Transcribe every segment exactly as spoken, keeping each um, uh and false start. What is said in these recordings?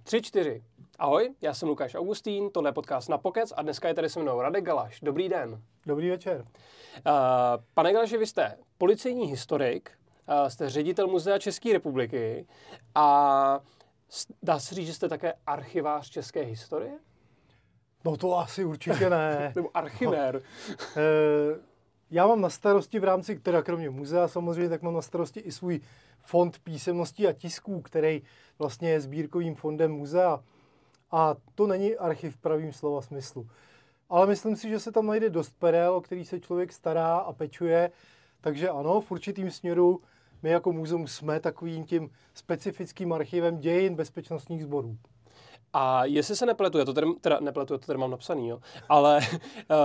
Tři, čtyři. Ahoj, já jsem Lukáš Augustín, tohle je podcast Na pokec a dneska je tady se mnou Radek Galaš. Dobrý den. Dobrý večer. Uh, pane Galaši, vy jste policejní historik, uh, jste ředitel Muzea České republiky a dá se říct, že jste také archivář české historie? No to asi určitě ne. Nebo archivér. No. E, já mám na starosti v rámci, teda kromě muzea samozřejmě, tak mám na starosti i svůj fond písemností a tisků, který vlastně je sbírkovým fondem muzea. A to není archiv v pravým slova smyslu. Ale myslím si, že se tam najde dost perel, o který se člověk stará a pečuje. Takže ano, v určitým směru my jako muzeum jsme takovým tím specifickým archivem dějin bezpečnostních sborů. A jestli se nepletu, já to tady, teda nepletu, já to tady mám napsaný, jo, ale uh,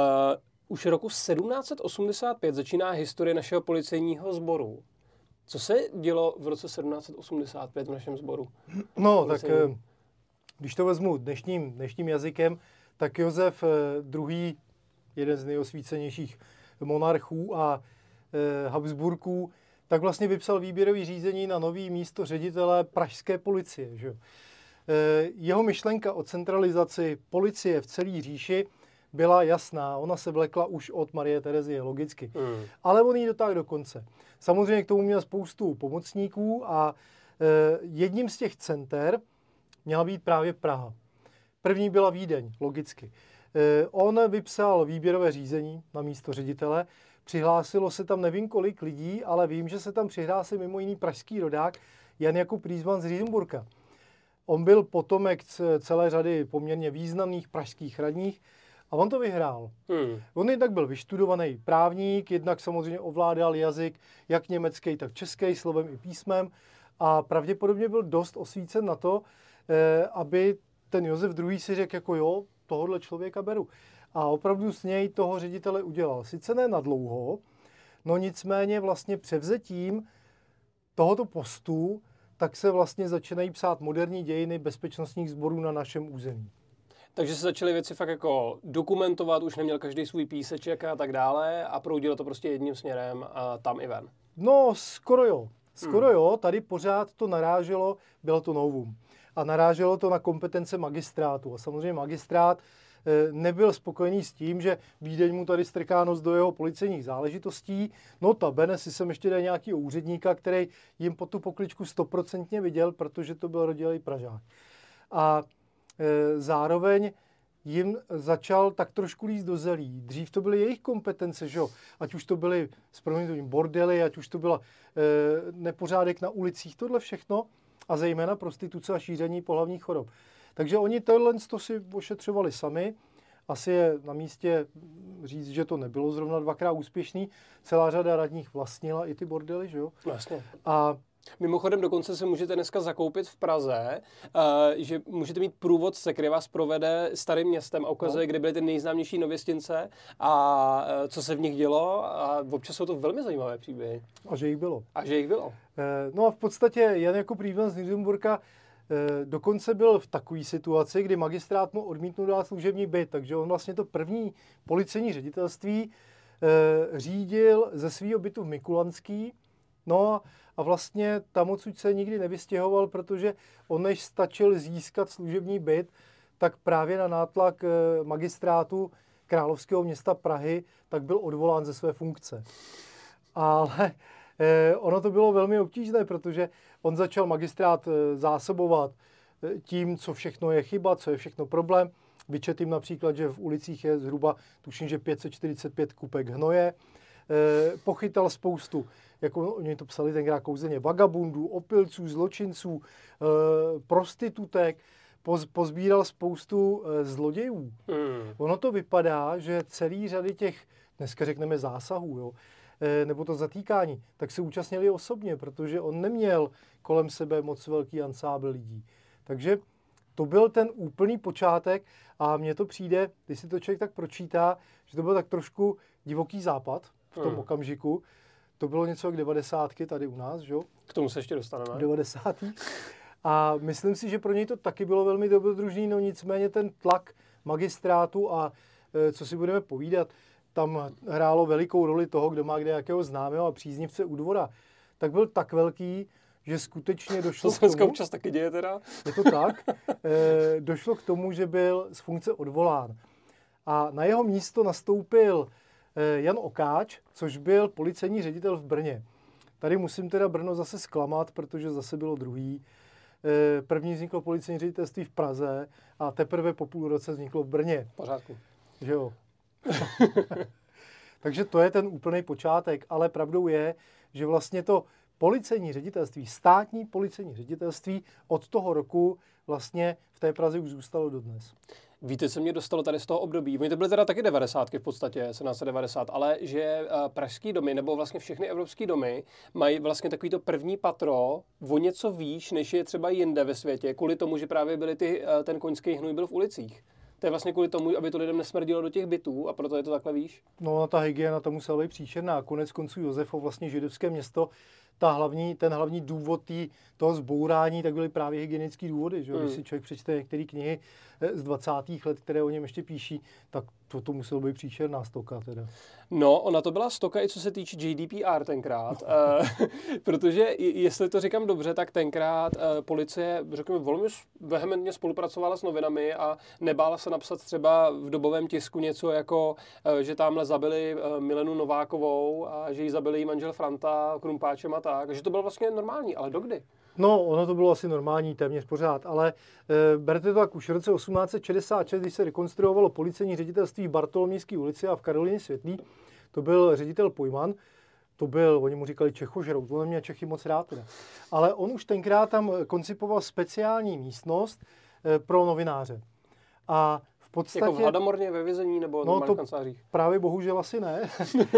už roku sedmnáct set osmdesát pět začíná historie našeho policejního sboru. Co se dělo v roce sedmnáct set osmdesát pět v našem sboru? No, tak uh, když to vezmu dnešním, dnešním jazykem, tak Josef druhý., jeden z nejosvícenějších monarchů a e, Habsburků, tak vlastně vypsal výběrový řízení na nový místo ředitele pražské policie. Že? E, jeho myšlenka o centralizaci policie v celé říši byla jasná. Ona se vlekla už od Marie Terezie, logicky. Mm. Ale on ji dotáhl do konce. Samozřejmě k tomu měl spoustu pomocníků a e, jedním z těch center měla být právě Praha. První byla Vídeň, logicky. E, on vypsal výběrové řízení na místo ředitele, přihlásilo se tam nevím kolik lidí, ale vím, že se tam přihlásil mimo jiný pražský rodák Jan Jakub Rýzman z Rýsenburka. On byl potomek celé řady poměrně významných pražských radních a on to vyhrál. Hmm. On jednak byl vyštudovaný právník, jednak samozřejmě ovládal jazyk jak německý, tak český, slovem i písmem a pravděpodobně byl dost osvícen na to, e, aby ten Josef druhý. si řekl, jako jo, tohohle člověka beru. A opravdu s něj toho ředitele udělal. Sice ne na dlouho, no nicméně vlastně převzetím tohoto postu, tak se vlastně začínají psát moderní dějiny bezpečnostních sborů na našem území. Takže se začaly věci fakt jako dokumentovat, už neměl každý svůj píseček a tak dále a proudilo to prostě jedním směrem a tam i ven. No, skoro jo. Skoro hmm. jo, tady pořád to naráželo, bylo to novum. A naráželo to na kompetence magistrátu. A samozřejmě magistrát e, nebyl spokojený s tím, že Vídeň mu tady strká nos do jeho policejních záležitostí. Notabene si sem ještě dá nějakého úředníka, který jim po tu pokličku stoprocentně viděl, protože to byl rodilý Pražák. A e, zároveň jim začal tak trošku líst do zelí. Dřív to byly jejich kompetence, že jo? Ať už to byly s proměnutím bordely, ať už to byla e, nepořádek na ulicích, tohle všechno. A zejména prostituce a šíření pohlavních chorob. Takže oni tohle to si ošetřovali sami. Asi je na místě říct, že to nebylo zrovna dvakrát úspěšný. Celá řada radních vlastnila i ty bordely, že jo? Vlastně. A mimochodem dokonce se můžete dneska zakoupit v Praze, uh, že můžete mít průvod, který vás provede starým městem a ukazuje, no. kde byly ty nejznámější nověstince a uh, co se v nich dělo a občas jsou to velmi zajímavé příběhy. A že jich bylo. A že jich bylo. E, no a v podstatě Jan Jakub Rýzman z Rýsenburka e, dokonce byl v takové situaci, kdy magistrát mu odmítnul dát služební byt, takže on vlastně to první policejní ředitelství e, řídil ze svého bytu v Mikulanský. No a vlastně tam odsud se nikdy nevystěhoval, protože on než stačil získat služební byt, tak právě na nátlak magistrátu Královského města Prahy, tak byl odvolán ze své funkce. Ale eh, ono to bylo velmi obtížné, protože on začal magistrát eh, zásobovat eh, tím, co všechno je chyba, co je všechno problém. Vyčetl jim například, že v ulicích je zhruba, tuším, že pět set čtyřicet pět kupek hnoje. Eh, pochytal spoustu, jako oni to psali tenkrát kouzelně, vagabundů, opilců, zločinců, eh, prostitutek, poz, pozbíral spoustu eh, zlodějů. Hmm. Ono to vypadá, že celý řady těch, dneska řekneme zásahů, jo, eh, nebo to zatýkání, tak se účastnili osobně, protože on neměl kolem sebe moc velký ansábl lidí. Takže to byl ten úplný počátek a mně to přijde, když si to člověk tak pročítá, že to byl tak trošku divoký západ v tom hmm. okamžiku. To bylo něco jak devadesátky tady u nás, že jo? K tomu se ještě dostaneme. devadesátých A myslím si, že pro něj to taky bylo velmi dobrodružný, no nicméně ten tlak magistrátu a e, co si budeme povídat, tam hrálo velikou roli toho, kdo má kde jakého známého a příznivce u dvora, tak byl tak velký, že skutečně došlo to k tomu... To se občas taky děje teda. Je to tak. E, došlo k tomu, že byl z funkce odvolán. A na jeho místo nastoupil e, Jan Okáč, což byl policejní ředitel v Brně. Tady musím teda Brno zase zklamat, protože zase bylo druhý. E, první vzniklo policejní ředitelství v Praze a teprve po půl roce vzniklo v Brně. Pořádku. Že jo. Takže to je ten úplný počátek, ale pravdou je, že vlastně to policejní ředitelství, státní policejní ředitelství od toho roku vlastně v té Praze už zůstalo dodnes. Víte, co mě dostalo tady z toho období? Oni to byly teda taky devadesátky v podstatě, sedmnáct set devadesát, ale že uh, pražský domy, nebo vlastně všechny evropské domy, mají vlastně takovýto první patro o něco výš, než je třeba jinde ve světě, kvůli tomu, že právě byly ty, uh, ten koňský hnůj byl v ulicích. To je vlastně kvůli tomu, aby to lidem nesmrdilo do těch bytů a proto je to takhle výš. No, ta hygiena tam musela být příšerná. Konec konců Josefov, vlastně židovské město, ta hlavní, ten hlavní důvod tý, toho zbourání, tak byly právě hygienické důvody. Že? Hmm. Když si člověk přečte některé knihy z dvacátých let, které o něm ještě píší, tak to, to muselo být příšerná stoka teda. No, ona to byla stoka i co se týče G D P R tenkrát, no. uh, protože jestli to říkám dobře, tak tenkrát uh, policie, řekněme, velmi vehementně spolupracovala s novinami a nebála se napsat třeba v dobovém tisku něco jako, uh, že tamhle zabili uh, Milenu Novákovou a že jí zabili jí manžel Franta krumpáčem a tak, že to bylo vlastně normální, ale dokdy? No, ono to bylo asi normální téměř pořád, ale e, berte to tak už v roce osmnáct set šedesát šest, když se rekonstruovalo policejní ředitelství v Bartolomějské ulici a v Karolíně Světlý, to byl ředitel Pojman, to byl, oni mu říkali Čechožrout, on měl Čechy moc rád teda. Ale on už tenkrát tam koncipoval speciální místnost e, pro novináře. A v podstatě... Jako v Hladomorně ve vězení nebo no, v kancelářích? Právě bohužel asi ne.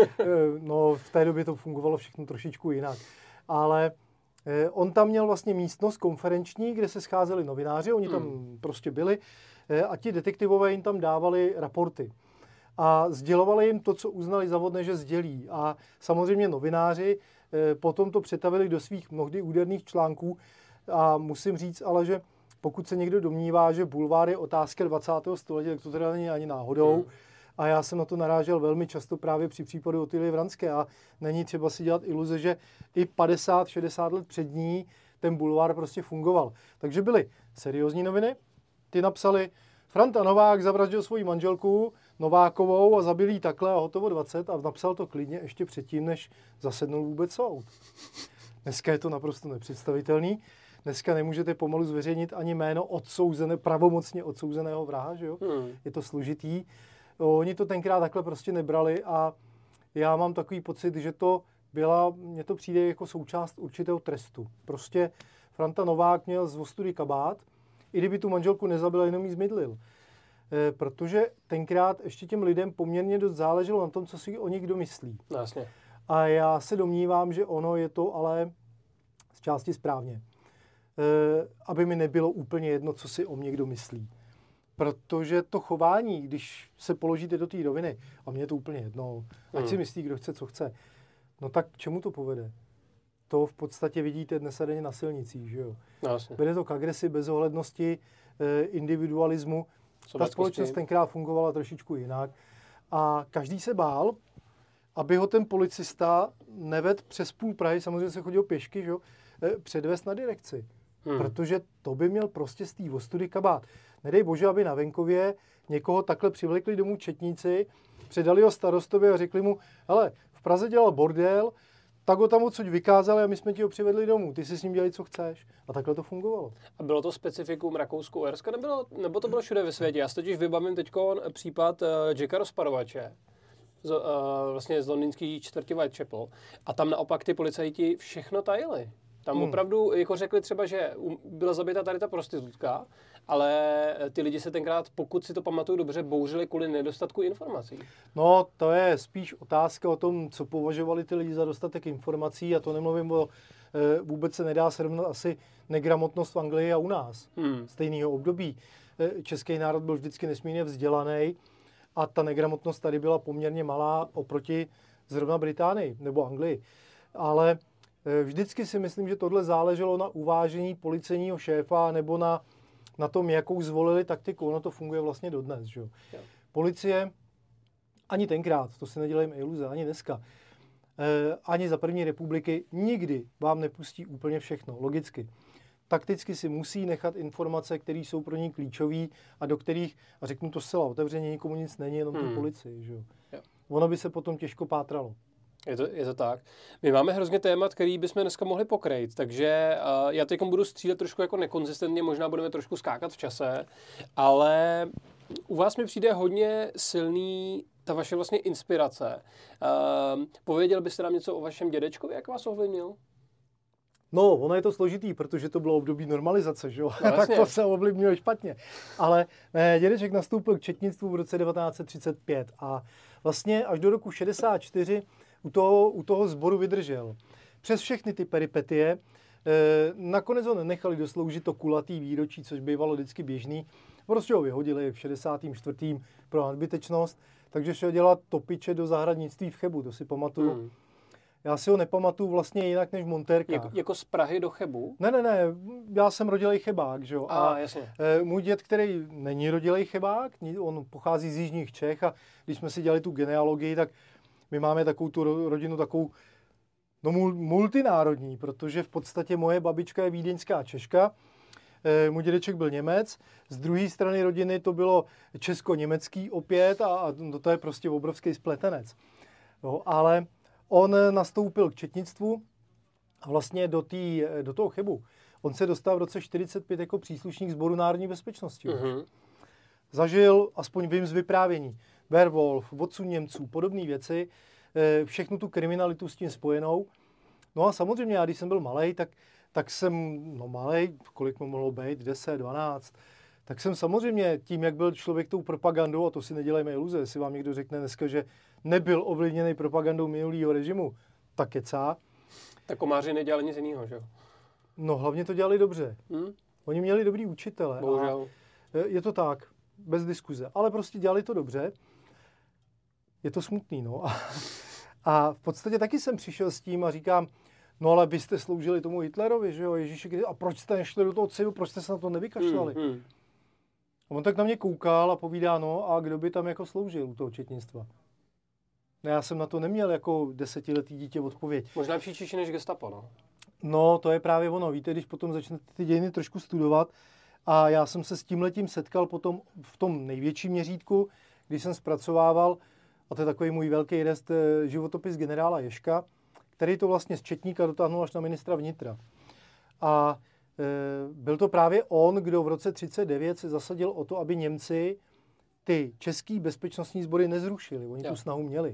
No, v té době to fungovalo všechno trošičku jinak. Ale on tam měl vlastně místnost konferenční, kde se scházeli novináři, oni tam hmm. prostě byli a ti detektivové jim tam dávali raporty. A sdělovali jim to, co uznali za vhodné, že sdělí. A samozřejmě novináři potom to přetavili do svých mnohdy úderných článků. A musím říct ale, že pokud se někdo domnívá, že bulvár je otázka dvacátého století, tak to teda není ani náhodou. Hmm. A já jsem na to narážel velmi často právě při případu Otilie Vranské. A není třeba si dělat iluze, že i padesát šedesát let před ní ten bulvár prostě fungoval. Takže byly seriózní noviny. Ty napsali, Franta Novák zavraždil svoji manželku Novákovou a zabil jí takhle a hotovo dvacet. A napsal to klidně ještě předtím, než zasednul vůbec soud. Dneska je to naprosto nepředstavitelný. Dneska nemůžete pomalu zveřejnit ani jméno odsouzené, pravomocně odsouzeného vraha, že jo? Hmm. Je to složitý. Oni to tenkrát takhle prostě nebrali a já mám takový pocit, že to byla, mně to přijde jako součást určitého trestu. Prostě Franta Novák měl z ostudy kabát, i kdyby tu manželku nezabil, jenom jí zmydlil. E, protože tenkrát ještě těm lidem poměrně dost záleželo na tom, co si o nich kdo myslí. Jasně. A já se domnívám, že ono je to ale z části správně. E, aby mi nebylo úplně jedno, co si o mě kdo myslí. Protože to chování, když se položíte do té roviny, a mně je to úplně jedno, ať hmm. si myslí, kdo chce, co chce, no tak k čemu to povede? To v podstatě vidíte dnes a denně na silnicích, že jo? No, vede to k agresi, bezohlednosti, individualismu. Ta společnost tenkrát fungovala trošičku jinak. A každý se bál, aby ho ten policista nevedl přes půl Prahy, samozřejmě se chodil pěšky, že jo, předvést na direkci. Hmm. Protože to by měl prostě z té ostudy kabát. Nedej bože, aby na venkově někoho takhle přivlekli domů četníci, předali ho starostovi a řekli mu, hele, v Praze dělal bordel, tak ho tam odsud vykázali a my jsme ti ho přivedli domů. Ty si s ním dělej, co chceš. A takhle to fungovalo. A bylo to specifikum Rakousku-Uherska, nebo, nebo to bylo všude ve světě? Já si totiž vybavím teď případ uh, Jacka Rozparovače, z, uh, vlastně z londýnský čtvrti Whitechapel. A tam naopak ty policajti všechno tajili. Tam hmm. opravdu jako řekli třeba, že byla zabita tady ta prostitutka, ale ty lidi se tenkrát, pokud si to pamatuju dobře, bouřili kvůli nedostatku informací. No, to je spíš otázka o tom, co považovali ty lidi za dostatek informací, a to nemluvím o, e, vůbec se nedá srovnat asi negramotnost v Anglii a u nás. Hmm. Stejného období. E, český národ byl vždycky nesmírně vzdělaný a ta negramotnost tady byla poměrně malá oproti zrovna Británii nebo Anglii. Ale e, vždycky si myslím, že tohle záleželo na uvážení policejního šéfa nebo na na tom, jakou zvolili taktiku. Ono to funguje vlastně dodnes. Že? Policie, ani tenkrát, to si nedělejme iluze, ani dneska, ani za první republiky nikdy vám nepustí úplně všechno, logicky. Takticky si musí nechat informace, které jsou pro ní klíčové a do kterých, a řeknu to zcela otevřeně, nikomu nic není, jenom hmm. tu policii. Že jo? Ono by se potom těžko pátralo. Je to, je to tak. My máme hrozně témat, který bychom dneska mohli pokrýt, takže uh, já teď budu střílet trošku jako nekonzistentně, možná budeme trošku skákat v čase, ale u vás mi přijde hodně silný ta vaše vlastně inspirace. Uh, pověděl byste nám něco o vašem dědečkovi, jak vás ovlivnil? No, ono je to složitý, protože to bylo období normalizace, že jo? No, tak to se ovlivnilo špatně. Ale eh, dědeček nastoupil k četnictvu v roce devatenáct set třicet pět a vlastně až do roku šedesát čtyři u toho, u toho sboru vydržel. Přes všechny ty peripetie. Eh, nakonec ho nenechali dosloužit to kulatý výročí, což bývalo vždycky běžný. Prostě ho vyhodili v šedesátém čtvrtém pro nadbytečnost, takže šel dělat topiče do zahradnictví v Chebu, to si pamatuju. Hmm. Já si ho nepamatuju vlastně jinak než v montérkách. Jako, jako z Prahy do Chebu? Ne, ne, ne, já jsem rodilej Chebák, že jo. A, a jasně. E, můj děd, který není rodilej Chebák, on pochází z jižních Čech a když jsme si dělali tu genealogii, tak my máme takovou tu rodinu takovou no, multinárodní, protože v podstatě moje babička je vídeňská Češka, e, můj dědeček byl Němec, z druhé strany rodiny to bylo česko-německý opět a, a to je prostě obrovský spletenec. No, ale on nastoupil k četnictvu a vlastně do, tý, do toho Chebu. On se dostal v roce čtyřicet pět jako příslušník Sboru národní bezpečnosti. Uh-huh. Zažil, aspoň vím z vyprávění, Werwolf, Odsun Němců, podobné věci, všechnu tu kriminalitu s tím spojenou. No a samozřejmě, já když jsem byl malej, tak, tak jsem, no malej, kolik mu mohlo být, deset, dvanáct, tak jsem samozřejmě tím, jak byl člověk tou propagandou, a to si nedělejme iluze, jestli vám někdo řekne dneska, že nebyl ovlivněný propagandou minulého režimu, tak kecá. Tak komáři nedělali nic jiného, že jo? No hlavně to dělali dobře. Hmm? Oni měli dobrý učitele. Bohužel. Je to tak, bez diskuze. Ale prostě dělali to dobře. Je to smutný, no. A, a v podstatě taky jsem přišel s tím a říkám, no ale vy jste sloužili tomu Hitlerovi, že jo, Ježíši, a proč jste nešli do toho civilu, proč jste se na to nevykašlali? Hmm, hmm. A on tak na mě koukal a povídá, no a kdo by tam jako sloužil u toho četnictva? No, já jsem na to neměl jako desetiletý dítě odpověď. Možná příčnější než gestapo, no. No, to je právě ono. Víte, když potom začnete ty dějiny trošku studovat a já jsem se s tímhletím setkal potom v tom největším měřítku, když jsem zpracovával, a to je takový můj velký rest, životopis generála Ježka, který to vlastně z četníka dotáhnul až na ministra vnitra. A e, byl to právě on, kdo v roce třicet devět se zasadil o to, aby Němci ty český bezpečnostní sbory nezrušili. Oni jo. tu snahu měli.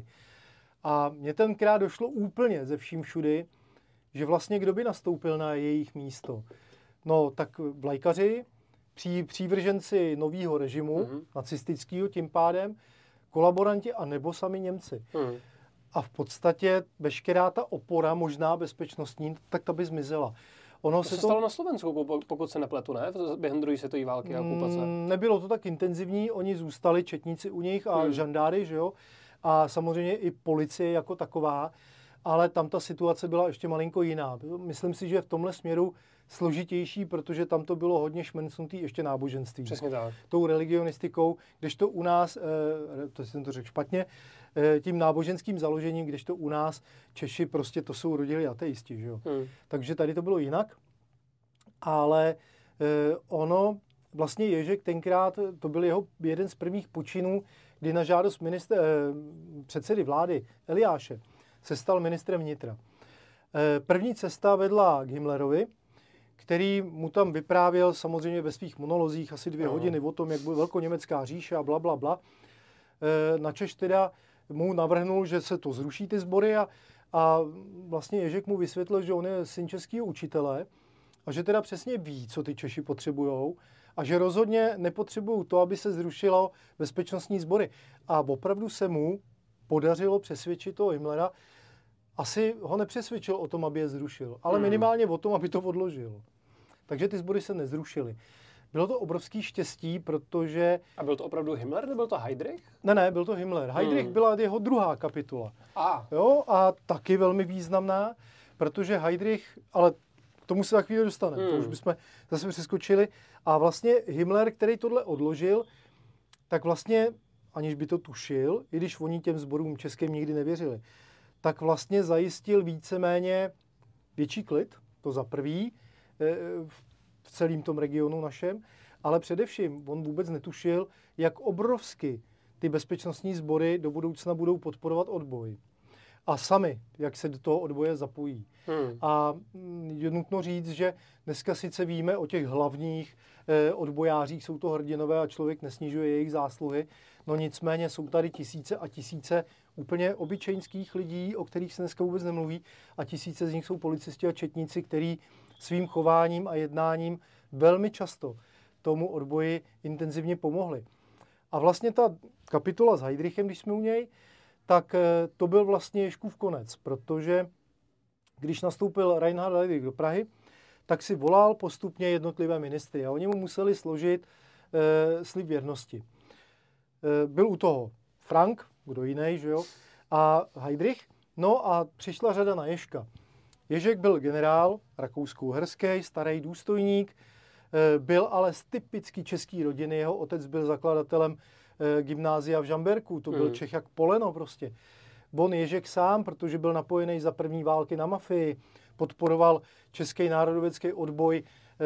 A mně tenkrát došlo úplně ze vším všudy, že vlastně kdo by nastoupil na jejich místo. No tak vlajkaři, pří, přívrženci nového režimu, mm-hmm. nacistického tím pádem, kolaboranti a nebo sami Němci. Mm. A v podstatě veškerá ta opora, možná bezpečnostní, tak ta by zmizela. Ono to se, se stalo to... na Slovensku, pokud se nepletu, ne? Během druhé světové války a okupace. Mm, nebylo to tak intenzivní, oni zůstali četníci u nich a hmm. žandáry, že jo? A samozřejmě i policie jako taková, ale tam ta situace byla ještě malinko jiná. Myslím si, že v tomhle směru složitější, protože tam to bylo hodně šmencnutý ještě náboženství. Přesně tak. Tou religionistikou, kdežto u nás, to jsem to řekl špatně, tím náboženským založením, kdežto u nás Češi prostě to jsou rodilí ateisti, že jo. Hmm. Takže tady to bylo jinak, ale eh, ono, vlastně Ježek tenkrát, to byl jeho jeden z prvních počinů, kdy na žádost ministr, eh, předsedy vlády Eliáše se stal ministrem vnitra. Eh, první cesta vedla k Himmlerovi, který mu tam vyprávěl samozřejmě ve svých monolozích asi dvě no. hodiny o tom, jak byl velkoněmecká říše a bla, bla, bla. E, načež teda mu navrhnul, že se to zruší ty sbory a, a vlastně Ježek mu vysvětlil, že on je syn českého učitele a že teda přesně ví, co ty Češi potřebujou a že rozhodně nepotřebují to, aby se zrušilo bezpečnostní sbory. A opravdu se mu podařilo přesvědčit toho Himmlera. Asi ho nepřesvědčil o tom, aby je zrušil, ale minimálně o tom, aby to odložil. Takže ty sbory se nezrušily. Bylo to obrovský štěstí, protože... A byl to opravdu Himmler, nebo byl to Heydrich? Ne, ne, byl to Himmler. Heydrich hmm. byla jeho druhá kapitula. A. Jo, a taky velmi významná, protože Heydrich, ale k tomu se za chvíli dostaneme, hmm. to už bychom zase přeskočili. A vlastně Himmler, který tohle odložil, tak vlastně, aniž by to tušil, i když oni těm sborům českým nikdy nevěřili, tak vlastně zajistil víceméně větší klid, to za prvý, v celém tom regionu našem, ale především on vůbec netušil, jak obrovsky ty bezpečnostní sbory do budoucna budou podporovat odboj. A sami, jak se do toho odboje zapojí. Hmm. A je nutno říct, že dneska sice víme o těch hlavních eh, odbojářích, jsou to hrdinové a člověk nesnižuje jejich zásluhy, no nicméně jsou tady tisíce a tisíce úplně obyčejnských lidí, o kterých se dneska vůbec nemluví, a tisíce z nich jsou policisti a četníci, kteří svým chováním a jednáním velmi často tomu odboji intenzivně pomohli. A vlastně ta kapitola s Heydrichem, když jsme u něj, tak to byl vlastně Ježkův konec, protože když nastoupil Reinhard Heydrich do Prahy, tak si volal postupně jednotlivé ministry a oni mu museli složit e, slib věrnosti. E, byl u toho Frank, kdo jiný, že jo, a Heydrich, no a přišla řada na Ježka. Ježek byl generál, rakousko-uherský, starý důstojník, e, byl ale z typicky české rodiny, jeho otec byl zakladatelem gymnázia v Žamberku, to byl hmm. Čech jak poleno prostě. On Ježek sám, protože byl napojený za první války na mafii, podporoval český národovecký odboj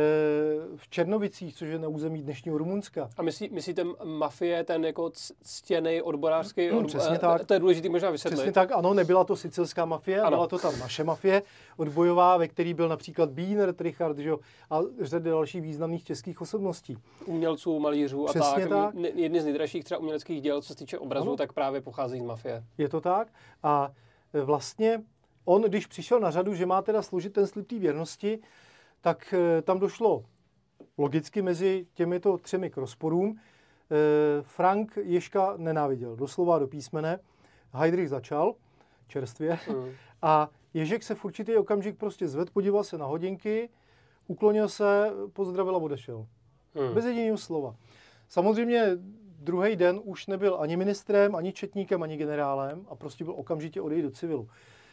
v Černovicích, což je na území dnešního Rumunska. A myslí, myslíte mafie, ten jako ctěný odborářský hmm, odboj? Přesně tak. To je důležité možná vysvětlit. Přesně tak, ano, nebyla to sicilská mafie, ano. Byla to tam naše mafie odbojová, ve který byl například Bíner, Richard, že jo, a řada dalších významných českých osobností. Umělců, malířů a Přesně tak. tak. Jedny z nejdražších třeba uměleckých děl, co se týče obrazu, ano. tak právě pochází z mafie. Je to tak. A vlastně on, když přišel na řadu, že má teda složit ten slib té věrnosti, tak e, tam došlo logicky mezi těmito třemi k rozporům. E, Frank Ježka nenáviděl, doslova do písmene. Heydrich začal čerstvě mm. a Ježek se v určitý okamžik prostě zvedl, podíval se na hodinky, uklonil se, pozdravil a odešel. Mm. Bez jediného slova. Samozřejmě druhý den už nebyl ani ministrem, ani četníkem, ani generálem a prostě byl okamžitě odejít do civilu.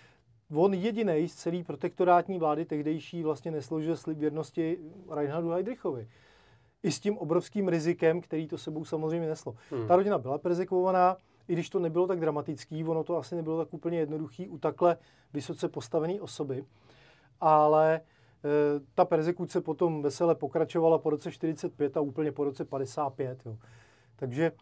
On jedinej z celé protektorátní vlády tehdejší vlastně nesložil slib věrnosti Reinhardu Heydrichovi. I s tím obrovským rizikem, který to sebou samozřejmě neslo. Hmm. Ta rodina byla perzekvovaná, i když to nebylo tak dramatický, ono to asi nebylo tak úplně jednoduchý u takhle vysoce postavené osoby. Ale e, ta perzekuce potom vesele pokračovala po roce čtyřicet pět a úplně po roce padesát pět. Jo. Takže e,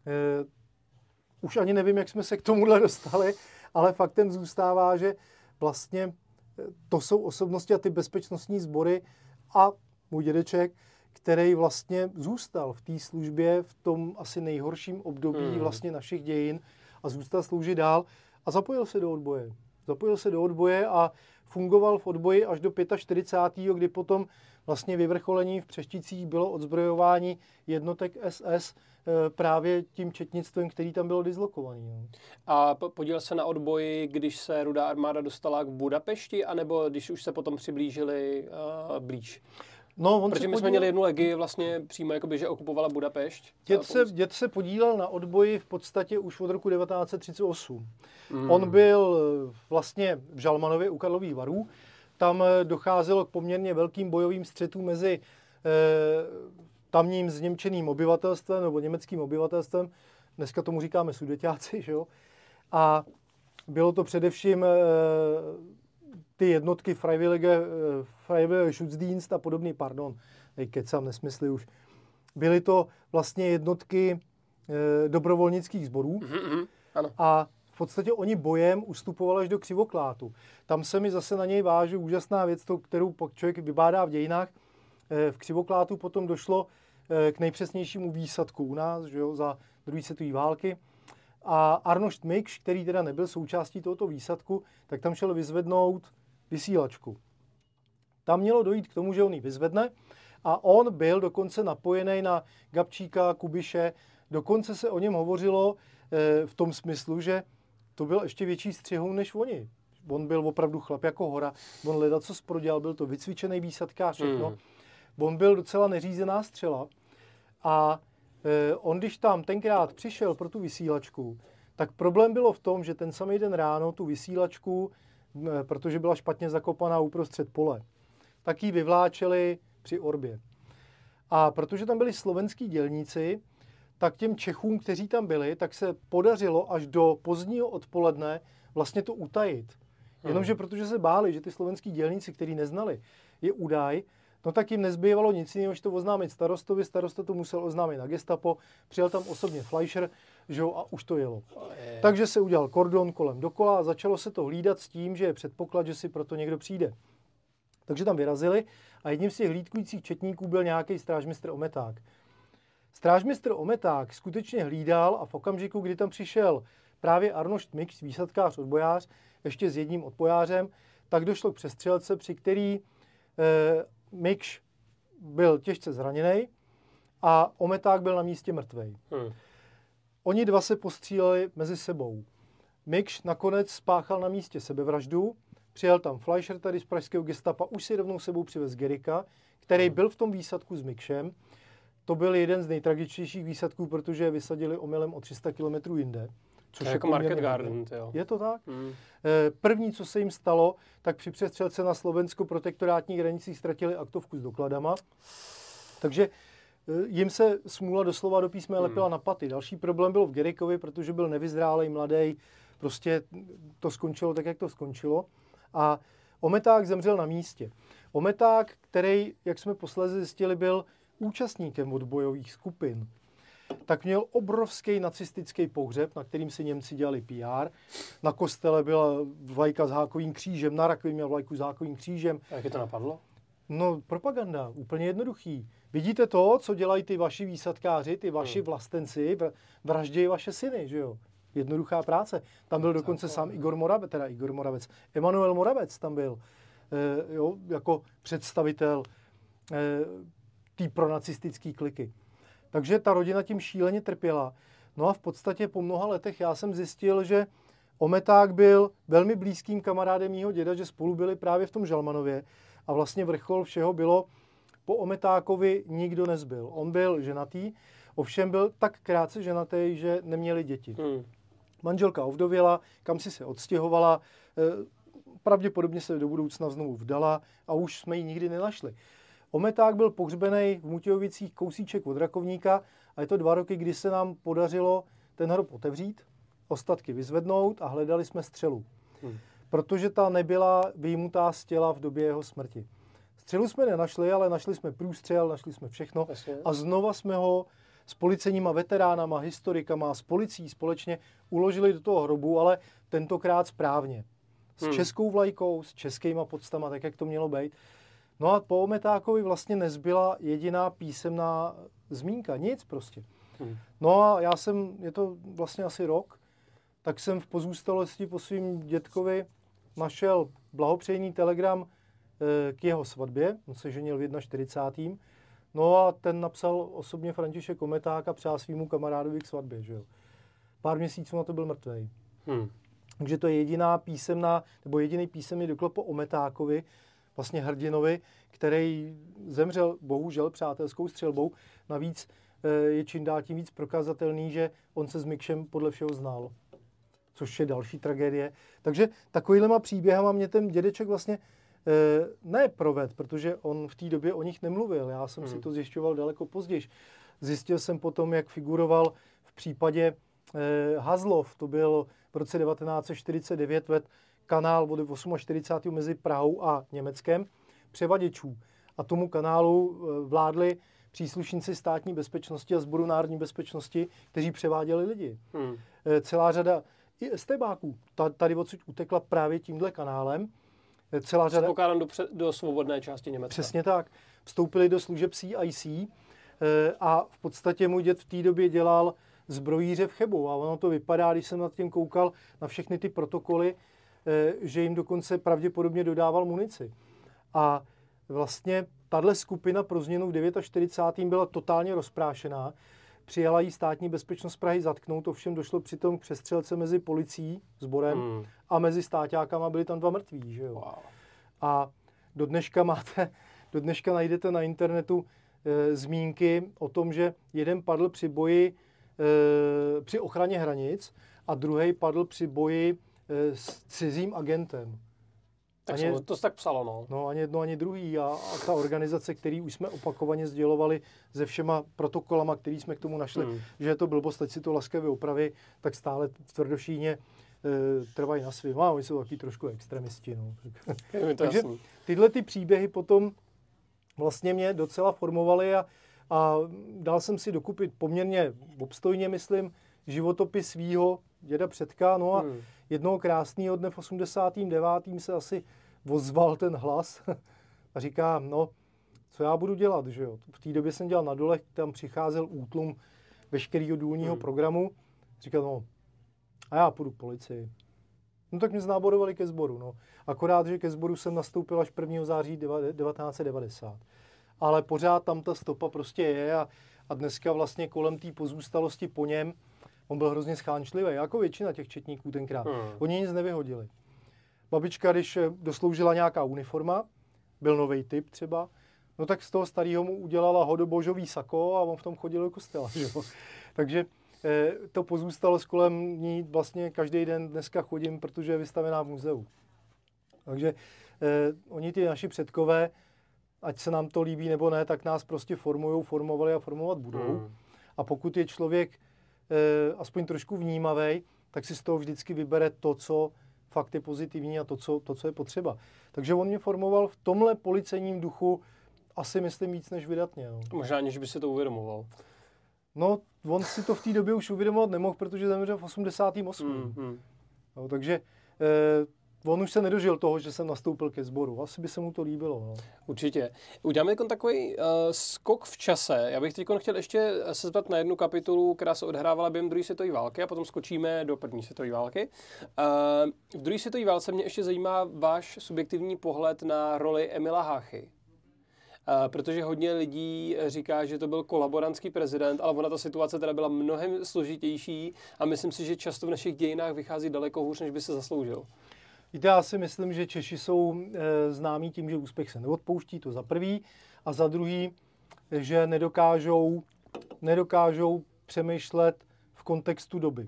už ani nevím, jak jsme se k tomuhle dostali, ale faktem zůstává, že vlastně to jsou osobnosti a ty bezpečnostní sbory a můj dědeček, který vlastně zůstal v té službě v tom asi nejhorším období hmm. vlastně našich dějin a zůstal sloužit dál a zapojil se do odboje. Zapojil se do odboje a fungoval v odboji až do čtyřicátého pátého kdy potom vlastně vyvrcholení v Přešticích bylo odzbrojování jednotek S S právě tím četnictvem, který tam bylo dislokovaný. No. A podílel se na odboji, když se Rudá armáda dostala k Budapešti, anebo když už se potom přiblížili uh, blíž? No, on Protože my podílel... jsme měli jednu legii vlastně přímo, jakoby, že okupovala Budapešť. Děd se, děd se podílel na odboji v podstatě už od roku devatenáct set třicet osm. Mm. On byl vlastně v Žalmanově u Karlových Varů. Tam docházelo k poměrně velkým bojovým střetům mezi eh, tamním zněmčeným obyvatelstvem nebo německým obyvatelstvem. Dneska tomu říkáme Sudeťáci, že jo? A bylo to především eh, ty jednotky Freiwillige, eh, Freiwillige Schutzdienst a podobný, pardon, kecám, nesmysly už. Byly to vlastně jednotky eh, dobrovolnických sborů. Mm-hmm, ano. A v podstatě oni bojem ustupovali až do Křivoklátu. Tam se mi zase na něj váže úžasná věc, to, kterou člověk vybádá v dějinách. V Křivoklátu potom došlo k nejpřesnějšímu výsadku u nás, že jo, za druhé světové války. A Arnošt Mikš, který teda nebyl součástí tohoto výsadku, tak tam šel vyzvednout vysílačku. Tam mělo dojít k tomu, že on ji vyzvedne a on byl dokonce napojený na Gabčíka, Kubiše. Dokonce se o něm hovořilo e, v tom smyslu, že to byl ještě větší střihoun než oni. On byl opravdu chlap jako hora. On leda, co prodělal, byl to vycvičený výsadkář, všechno. Mm. On byl docela neřízená střela. A e, on, když tam tenkrát přišel pro tu vysílačku, tak problém bylo v tom, že ten samý den ráno tu vysílačku, e, protože byla špatně zakopaná uprostřed pole, tak ji vyvláčeli při Orbě. A protože tam byli slovenský dělníci, tak těm Čechům, kteří tam byli, tak se podařilo až do pozdního odpoledne vlastně to utajit. Jenomže protože se báli, že ty slovenský dělníci, kteří neznali, je údaj, no tak jim nezbývalo nic jiného, než to oznámit starostovi, starosta to musel oznámit na gestapo, přijel tam osobně Fleischer, že jo, a už to jelo. Je. Takže se udělal kordon kolem dokola a začalo se to hlídat s tím, že je předpoklad, že si proto někdo přijde. Takže tam vyrazili a jedním z těch hlídkujících četníků byl nějaký strážmistr Ometák. Strážmistr Ometák skutečně hlídal a v okamžiku, kdy tam přišel právě Arnošt Mikš, výsadkář, odbojář, ještě s jedním odbojářem, tak došlo k přestřelce, při který eh, Mikš byl těžce zraněný a Ometák byl na místě mrtvej. Hmm. Oni dva se postříleli mezi sebou. Mikš nakonec spáchal na místě sebevraždu, přijel tam Fleischer tady z pražského gestapa, už si rovnou sebou přivez Gericka, který hmm. byl v tom výsadku s Mikšem. To byl jeden z nejtragičtějších výsadků, protože je vysadili omylem o tři sta kilometrů jinde. Což je jako Market Garden, jo. Je to tak? Mm. První, co se jim stalo, tak při přestřelce na slovensko-protektorátních hranicích ztratili aktovku s dokladama. Takže jim se smůla doslova do písme mm. lepila na paty. Další problém byl v Gerickovi, protože byl nevyzrálej, mladý. Prostě to skončilo tak, jak to skončilo. A Ometák zemřel na místě. Ometák, který, jak jsme posléze zjistili, byl účastníkem odbojových skupin, tak měl obrovský nacistický pohřeb, na kterým si Němci dělali P R. Na kostele byla vlajka s hákovým křížem, na rakvi měl vlajku s hákovým křížem. A jak je to napadlo? No, propaganda, úplně jednoduchý. Vidíte to, co dělají ty vaši výsadkáři, ty vaši hmm. vlastenci, vraždějí vaše syny, že jo? Jednoduchá práce. Tam byl dokonce sám Igor Moravec, teda Igor Moravec, Emanuel Moravec tam byl, e, jo, jako představitel e, té pronacistické kliky. Takže ta rodina tím šíleně trpěla. No a v podstatě po mnoha letech já jsem zjistil, že Ometák byl velmi blízkým kamarádem mýho děda, že spolu byli právě v tom Žalmanově a vlastně vrchol všeho bylo, po Ometákovi nikdo nezbyl. On byl ženatý, ovšem byl tak krátce ženatý, že neměli děti. Hmm. Manželka ovdověla, kam si se odstěhovala, pravděpodobně se do budoucna znovu vdala a už jsme ji nikdy nenašli. Ometák byl pohřbený v Mutějovicích kousíček od Rakovníka a je to dva roky, kdy se nám podařilo ten hrob otevřít, ostatky vyzvednout a hledali jsme střelu. Hmm. Protože ta nebyla vyjmutá z těla v době jeho smrti. Střelu jsme nenašli, ale našli jsme průstřel, našli jsme všechno a znova jsme ho s policejníma veteránama, historikama, s policií společně uložili do toho hrobu, ale tentokrát správně. S hmm. českou vlajkou, s českýma podstama, tak jak to mělo být. No a po Ometákovi vlastně nezbyla jediná písemná zmínka, nic prostě. Hmm. No a já jsem, je to vlastně asi rok, tak jsem v pozůstalosti po svým dětkovi našel blahopřejný telegram e, k jeho svatbě, on se ženil v čtyřicátém prvním No a ten napsal osobně František Ometák a přál svýmu kamarádovi k svatbě, že jo. Pár měsíců na to byl mrtvej. Hmm. Takže to je jediná písemná, nebo jediný písemný doklad po Ometákovi, vlastně hrdinovi, který zemřel bohužel přátelskou střelbou. Navíc je čím dál tím víc prokazatelný, že on se s Mikšem podle všeho znal. Což je další tragédie. Takže takovýhlema příběhama mě ten dědeček vlastně ne proved, protože on v té době o nich nemluvil. Já jsem hmm. si to zjišťoval daleko později. Zjistil jsem potom, jak figuroval v případě Hazlov. To byl v roce devatenáct set čtyřicet devět ved kanál od čtyřicátého osmého mezi Prahou a Německem převaděčů. A tomu kanálu vládli příslušníci státní bezpečnosti a Sboru národní bezpečnosti, kteří převáděli lidi. Hmm. Celá řada i estébáků tady odsud utekla právě tímhle kanálem. Celá řada... Předpokládám do, do svobodné části Německa. Přesně tak. Vstoupili do služeb C I C a v podstatě můj děd v té době dělal zbrojíře v Chebu. A ono to vypadá, když jsem nad tím koukal na všechny ty protokoly, že jim dokonce pravděpodobně dodával munici. A vlastně tahle skupina pro změnu v čtyřicátém devátém byla totálně rozprášená. Přijala jí státní bezpečnost Prahy zatknout, ovšem došlo přitom k přestřelce mezi policií, sborem hmm. a mezi stáťákama, byli tam dva mrtví, že jo. Wow. A do dneška máte, do dneška najdete na internetu e, zmínky o tom, že jeden padl při boji, e, při ochraně hranic a druhý padl při boji e, s cizím agentem. Tak ani, to se tak psalo, no. No, ani jedno, ani druhý. A, a ta organizace, který už jsme opakovaně sdělovali se všema protokolama, který jsme k tomu našli, hmm. že je to blbost, teď si to laskavě opraví, tak stále tvrdošíně e, trvají na svým. A oni jsou taky trošku extremisti. No. Takže jasný. Tyhle ty příběhy potom vlastně mě docela formovaly a, a dal jsem si dokupit poměrně obstojně, myslím, životopis svýho děda předka. No a hmm. jednoho krásného dne v osmdesátém devátém se asi ozval ten hlas a říká, no, co já budu dělat, že jo. V té době jsem dělal na dolech, tam přicházel útlum veškerého důlního hmm. programu. Říkal, no, a já půjdu k policii. No tak mě znáborovali ke sboru, no. Akorát, že ke sboru jsem nastoupil až prvního září devatenáct set devadesát. Ale pořád tam ta stopa prostě je a, a dneska vlastně kolem té pozůstalosti po něm, on byl hrozně schánčlivý, jako většina těch četníků tenkrát. Hmm. Oni nic nevyhodili. Babička, když dosloužila nějaká uniforma, byl nový typ třeba, no tak z toho starého mu udělala hodobožový sako a on v tom chodil do kostela. Že jo? Takže eh, to pozůstalost kolem ní vlastně každý den dneska chodím, protože je vystavená v muzeu. Takže eh, oni ty naši předkové, ať se nám to líbí nebo ne, tak nás prostě formujou, formovali a formovat budou. Hmm. A pokud je člověk eh, aspoň trošku vnímavý, tak si z toho vždycky vybere to, co fakt je pozitivní a to, co, to, co je potřeba. Takže on mě formoval v tomhle policejním duchu asi myslím víc než vydatně. No. Možná aniž by se to uvědomoval. No, on si to v té době už uvědomovat nemohl, protože zemřel v osmdesátém osmém Mm, mm. No, takže eh, on už se nedožil toho, že jsem nastoupil ke sboru. Asi by se mu to líbilo. No. Určitě. Uděláme takový uh, skok v čase. Já bych teď chtěl ještě se zeptat na jednu kapitolu, která se odhrávala během druhé světové války a potom skočíme do první světové války. Uh, v druhé světové válce mě ještě zajímá váš subjektivní pohled na roli Emila Háchy. Uh, protože hodně lidí říká, že to byl kolaborantský prezident, ale ona ta situace teda byla mnohem složitější a myslím si, že často v našich dějinách vychází daleko hůř, než by se zasloužil. Víte, já si myslím, že Češi jsou e, známí tím, že úspěch se neodpouští, to za prvý, a za druhý, že nedokážou, nedokážou přemýšlet v kontextu doby.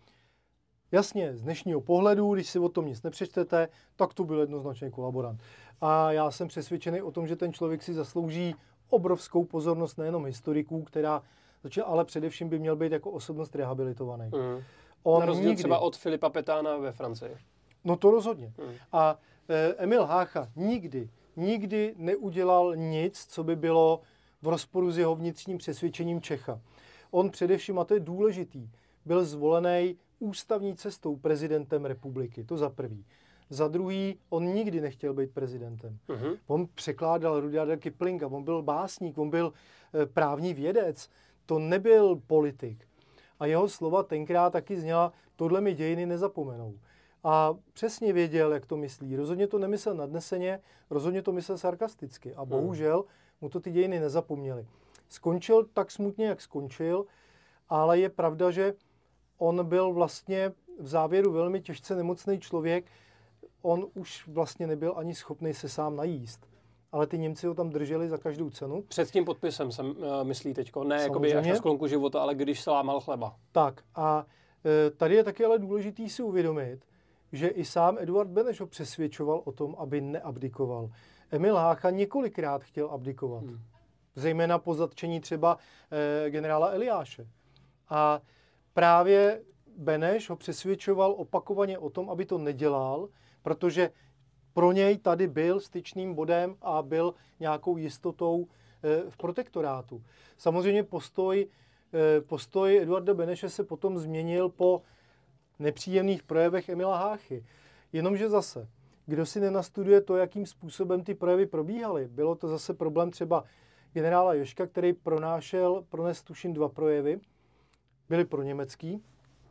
Jasně, z dnešního pohledu, když si o tom nic nepřečtete, tak to byl jednoznačně kolaborant. A já jsem přesvědčený o tom, že ten člověk si zaslouží obrovskou pozornost nejenom historiků, která, ale především by měl být jako osobnost rehabilitovaný. Mm. On Na rozdíl nikdy, třeba od Filipa Petána ve Francii. No to rozhodně. Mm. A e, Emil Hácha nikdy, nikdy neudělal nic, co by bylo v rozporu s jeho vnitřním přesvědčením Čecha. On především, a to je důležitý, byl zvolený ústavní cestou prezidentem republiky. To za prvý. Za druhý, on nikdy nechtěl být prezidentem. Uh-huh. On překládal Rudyarda Kiplinga, on byl básník, on byl e, právní vědec, to nebyl politik. A jeho slova tenkrát taky zněla, tohle mi dějiny nezapomenou. A přesně věděl, jak to myslí. Rozhodně to nemyslel nadneseně, rozhodně to myslel sarkasticky. A bohužel mu to ty dějiny nezapomněly. Skončil tak smutně, jak skončil, ale je pravda, že on byl vlastně v závěru velmi těžce nemocný člověk. On už vlastně nebyl ani schopný se sám najíst. Ale ty Němci ho tam drželi za každou cenu. Před tím podpisem jsem uh, myslí teďko. Ne jakoby až na sklonku života, ale když se lámal chleba. Tak a e, tady je taky ale důležitý si uvědomit, že i sám Eduard Beneš ho přesvědčoval o tom, aby neabdikoval. Emil Hácha několikrát chtěl abdikovat. Hmm. Zejména po zatčení třeba e, generála Eliáše. A právě Beneš ho přesvědčoval opakovaně o tom, aby to nedělal, protože pro něj tady byl styčným bodem a byl nějakou jistotou e, v protektorátu. Samozřejmě postoj, e, postoj Eduarda Beneše se potom změnil po nepříjemných projevech Emila Háchy. Jenomže zase, kdo si nenastuduje to, jakým způsobem ty projevy probíhaly. Bylo to zase problém třeba generála Joška, který pronášel, prones tuším dva projevy, byly pro německý.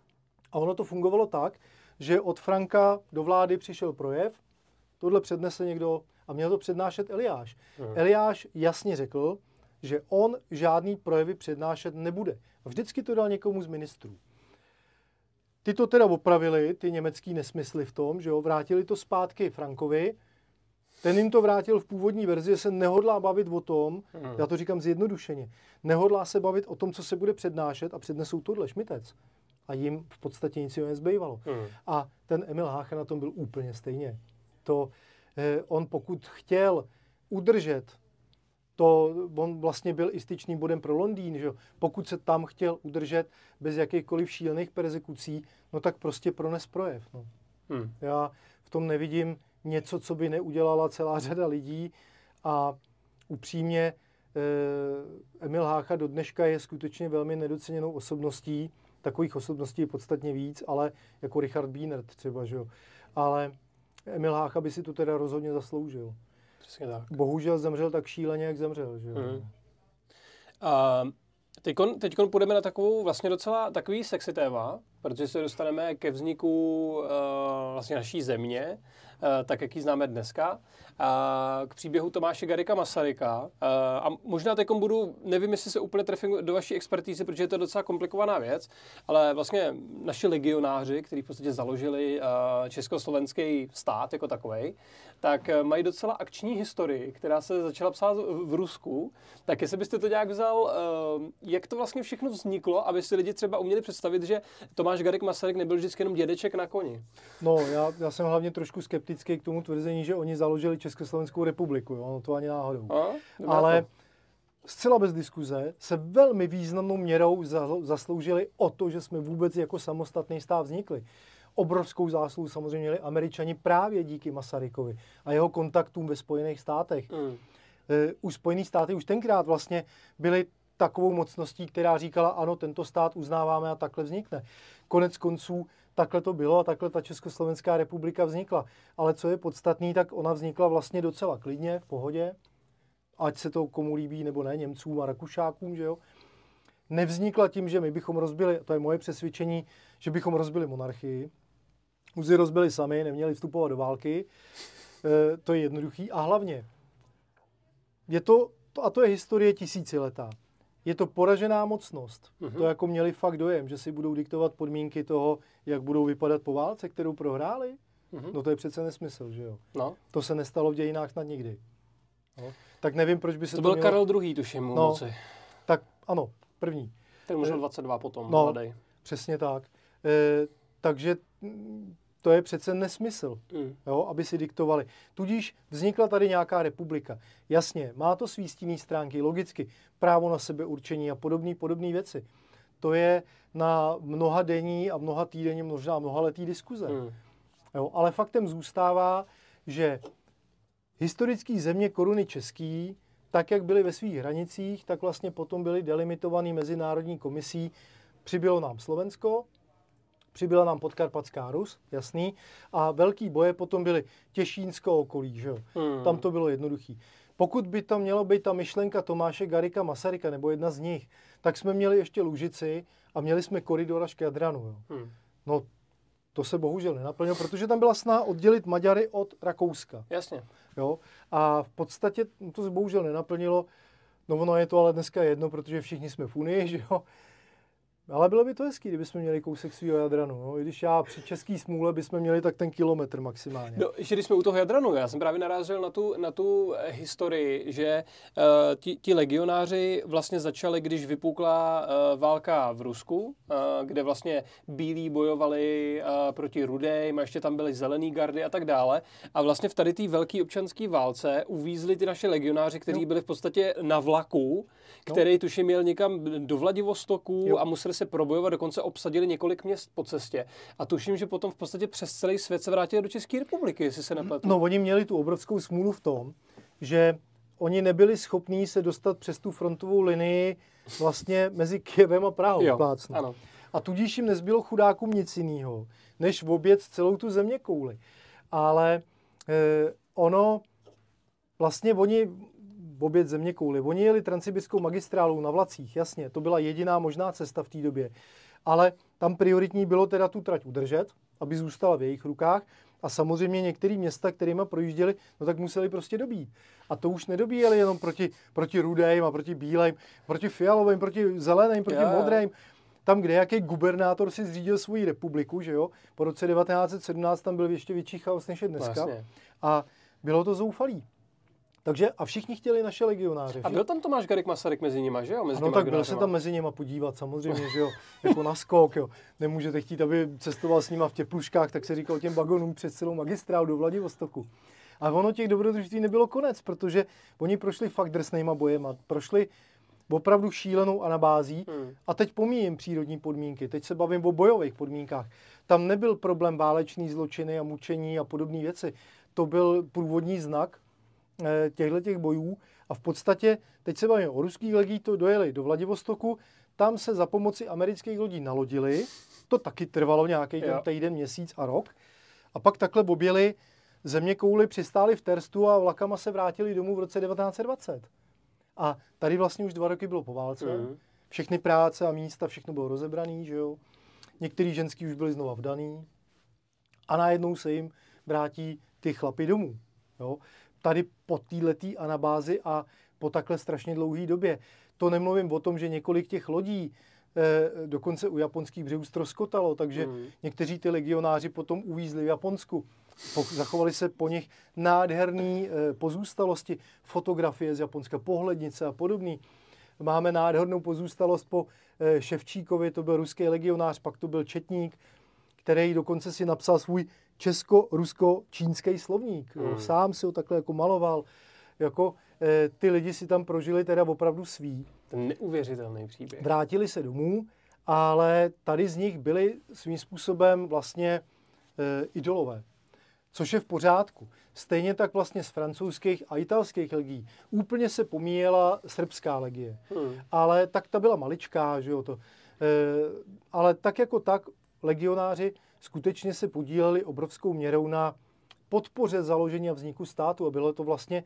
A ono to fungovalo tak, že od Franka do vlády přišel projev, tohle přednese někdo a měl to přednášet Eliáš. Hmm. Eliáš jasně řekl, že on žádný projevy přednášet nebude. A vždycky to dal někomu z ministrů. Ty to teda opravili, ty německý nesmysly v tom, že jo, vrátili to zpátky Frankovi. Ten jim to vrátil v původní verzi, že se nehodlá bavit o tom, hmm. já to říkám zjednodušeně, nehodlá se bavit o tom, co se bude přednášet a přednesou tohle šmitec. A jim v podstatě nic jiného nezbývalo. Hmm. A ten Emil Hácha na tom byl úplně stejně. To, eh, on pokud chtěl udržet to on vlastně byl i styčným bodem pro Londýn, že? Pokud se tam chtěl udržet bez jakýchkoliv šílených persekucí, no tak prostě prones projev. No. Hmm. Já v tom nevidím něco, co by neudělala celá řada lidí a upřímně eh, Emil Hácha do dneška je skutečně velmi nedoceněnou osobností, takových osobností je podstatně víc, ale jako Richard Bienert třeba, že jo. Ale Emil Hácha by si to teda rozhodně zasloužil. Přesně tak. Bohužel zemřel tak šíleně, jak zemřel, že jo. Hmm. Uh, teďkon, teďkon půjdeme na takovou vlastně docela takový sexy téma, protože se dostaneme ke vzniku uh, vlastně naší země, uh, tak jak ji známe dneska, uh, k příběhu Tomáše Garrigua Masaryka. Uh, a možná teďkon budu, nevím, jestli se úplně trefím do vaší expertízy, protože je to docela komplikovaná věc, ale vlastně naši legionáři, kteří v podstatě založili uh, československý stát jako takovej, tak uh, mají docela akční historii, která se začala psát v Rusku. Tak jestli byste to nějak vzal, uh, jak to vlastně všechno vzniklo, aby si lidi třeba uměli představit, že Tomáš Garrigue Masaryk nebyl vždycky jenom dědeček na koni. No, já, já jsem hlavně trošku skeptický k tomu tvrzení, že oni založili Československou republiku, jo? No to ani náhodou. A, ale to. Zcela bez diskuze se velmi významnou měrou za, zasloužili o to, že jsme vůbec jako samostatný stát vznikli. Obrovskou zásluhu samozřejmě měli Američani právě díky Masarykovi a jeho kontaktům ve Spojených státech. Mm. E, už Spojené státy už tenkrát vlastně byly takovou mocností, která říkala, ano, tento stát uznáváme a takhle vznikne. Konec konců takhle to bylo a takhle ta Československá republika vznikla. Ale co je podstatný, tak ona vznikla vlastně docela klidně, v pohodě, ať se to komu líbí nebo ne, Němcům a Rakušákům, že jo. Nevznikla tím, že my bychom rozbili, to je moje přesvědčení, že bychom rozbili monarchii. Už ji rozbili sami, neměli vstupovat do války. E, to je jednoduchý. A hlavně, je to, a to je historie tisíciletá. Je to poražená mocnost. Mm-hmm. To jako měli fakt dojem, že si budou diktovat podmínky toho, jak budou vypadat po válce, kterou prohráli. Mm-hmm. No to je přece nesmysl, že jo? No. To se nestalo v dějinách snad nikdy. No. Tak nevím, proč by se to, to byl mělo... Karel druhý, tuším, no, moci. Tak ano, první. Ten možná dvacet dva potom, no, mladej. Přesně tak. E, takže to je přece nesmysl, mm. jo, aby si diktovali. Tudíž vznikla tady nějaká republika. Jasně, má to svý stinný stránky, logicky, právo na sebeurčení a podobné podobné věci. To je na mnoha denní a mnoha týdenní, možná mnoha letý diskuze. Mm. Jo, ale faktem zůstává, že historický země koruny český, tak jak byly ve svých hranicích, tak vlastně potom byly delimitovaný mezinárodní komisí. Přibylo nám Slovensko, přibyla nám Podkarpatská Rus, jasný, a velký boje potom byly Těšínsko okolí, že jo. Hmm. Tam to bylo jednoduchý. Pokud by tam mělo být ta myšlenka Tomáše Garrigua Masaryka, nebo jedna z nich, tak jsme měli ještě Lužici a měli jsme koridor až k Jadranu, jo. Hmm. No, to se bohužel nenaplnilo, protože tam byla snaha oddělit Maďary od Rakouska. Jasně. Jo, a v podstatě to se bohužel nenaplnilo, no ono je to ale dneska jedno, protože všichni jsme v Unii, že jo. Ale bylo by to hezký, kdybychom měli kousek svého Jadranu. No. I když já při český smůle bychom měli tak ten kilometr maximálně. No, ještě když jsme u toho Jadranu, já jsem právě narazil na tu, na tu historii, že uh, ti, ti legionáři vlastně začali, když vypukla uh, válka v Rusku, uh, kde vlastně bílí bojovali uh, proti rudým, a ještě tam byly zelený gardy a tak dále. A vlastně v tady té velké občanské válce uvízli ty naše legionáři, kteří no. byli v podstatě na vlaku, který no. tuším měl někam do Vladivostoku jo. a museli se probojovat, dokonce obsadili několik měst po cestě. A tuším, že potom v podstatě přes celý svět se vrátili do České republiky, jestli se nepletu. No, oni měli tu obrovskou smůlu v tom, že oni nebyli schopní se dostat přes tu frontovou linii vlastně mezi Kyjevem a Prahou. Jo, ano. A tudíž jim nezbylo chudákům nic jiného, než obět celou tu zeměkouli. Ale eh, ono, vlastně oni obět zeměkouli. Oni jeli transsibirskou magistrálou na vlacích, jasně, to byla jediná možná cesta v té době. Ale tam prioritní bylo teda tu trať udržet, aby zůstala v jejich rukách. A samozřejmě některé města, kterýma projížděli, no tak museli prostě dobít. A to už nedobíjeli jenom proti, proti rudým a proti bílým, proti fialovým, proti zeleným, proti yeah. modrým. Tam, kde jaký gubernátor si zřídil svoji republiku, že jo, po roce devatenáct set sedmnáct tam byl ještě větší chaos, než je dneska. Vlastně. A bylo to zoufalý. Takže a všichni chtěli naše legionáře. A byl tam Tomáš Garrigue Masaryk mezi nima, že jo? Mezi no tak byl se tam mezi nima podívat, samozřejmě, že jo, jako na skok, jo. Nemůžete chtít, aby cestoval s nima v těpluškách, tak se říkal těm vagonům přes celou magistrálu do Vladivostoku. A ono těch dobrodružství nebylo konec, protože oni prošli fakt drsnýma bojema. Prošli opravdu šílenou anabází. Hmm. A teď pomíjím přírodní podmínky. Teď se bavím o bojových podmínkách. Tam nebyl problém válečný zločiny a mučení a podobné věci. To byl průvodní znak eh, těchto těch bojů. A v podstatě, teď se bavím o ruských legí, to dojeli do Vladivostoku, tam se za pomoci amerických lodí nalodili. To taky trvalo nějaký ten týden, měsíc a rok. A pak takhle objeli zeměkouli, přistáli v Terstu a vlakama se vrátili domů v roce devatenáct set dvacet. A tady vlastně už dva roky bylo po válce. Mm. Všechny práce a místa, všechno bylo rozebraný, že jo. Některý ženský už byli znova vdaný. A najednou se jim vrátí ty chlapy domů. Jo. Tady po této anabázi a po takhle strašně dlouhé době. To nemluvím o tom, že několik těch lodí eh, dokonce u japonských břehů ztroskotalo, takže mm. někteří ty legionáři potom uvízli v Japonsku. Po, zachovali se po nich nádherné eh, pozůstalosti, fotografie z Japonska, pohlednice a podobný. Máme nádhernou pozůstalost po eh, Ševčíkovi, to byl ruský legionář, pak to byl četník, který dokonce si napsal svůj česko-rusko-čínský slovník. Mm. Jo, sám si ho takhle jako maloval. Jako, e, ty lidi si tam prožili teda opravdu svý. Ten neuvěřitelný příběh. Vrátili se domů, ale tady z nich byli svým způsobem vlastně e, idolové. Což je v pořádku. Stejně tak vlastně z francouzských a italských legií. Úplně se pomíjela srbská legie. Hmm. Ale tak ta byla maličká, že jo to. E, ale tak jako tak legionáři skutečně se podíleli obrovskou měrou na podpoře založení a vzniku státu. A bylo to vlastně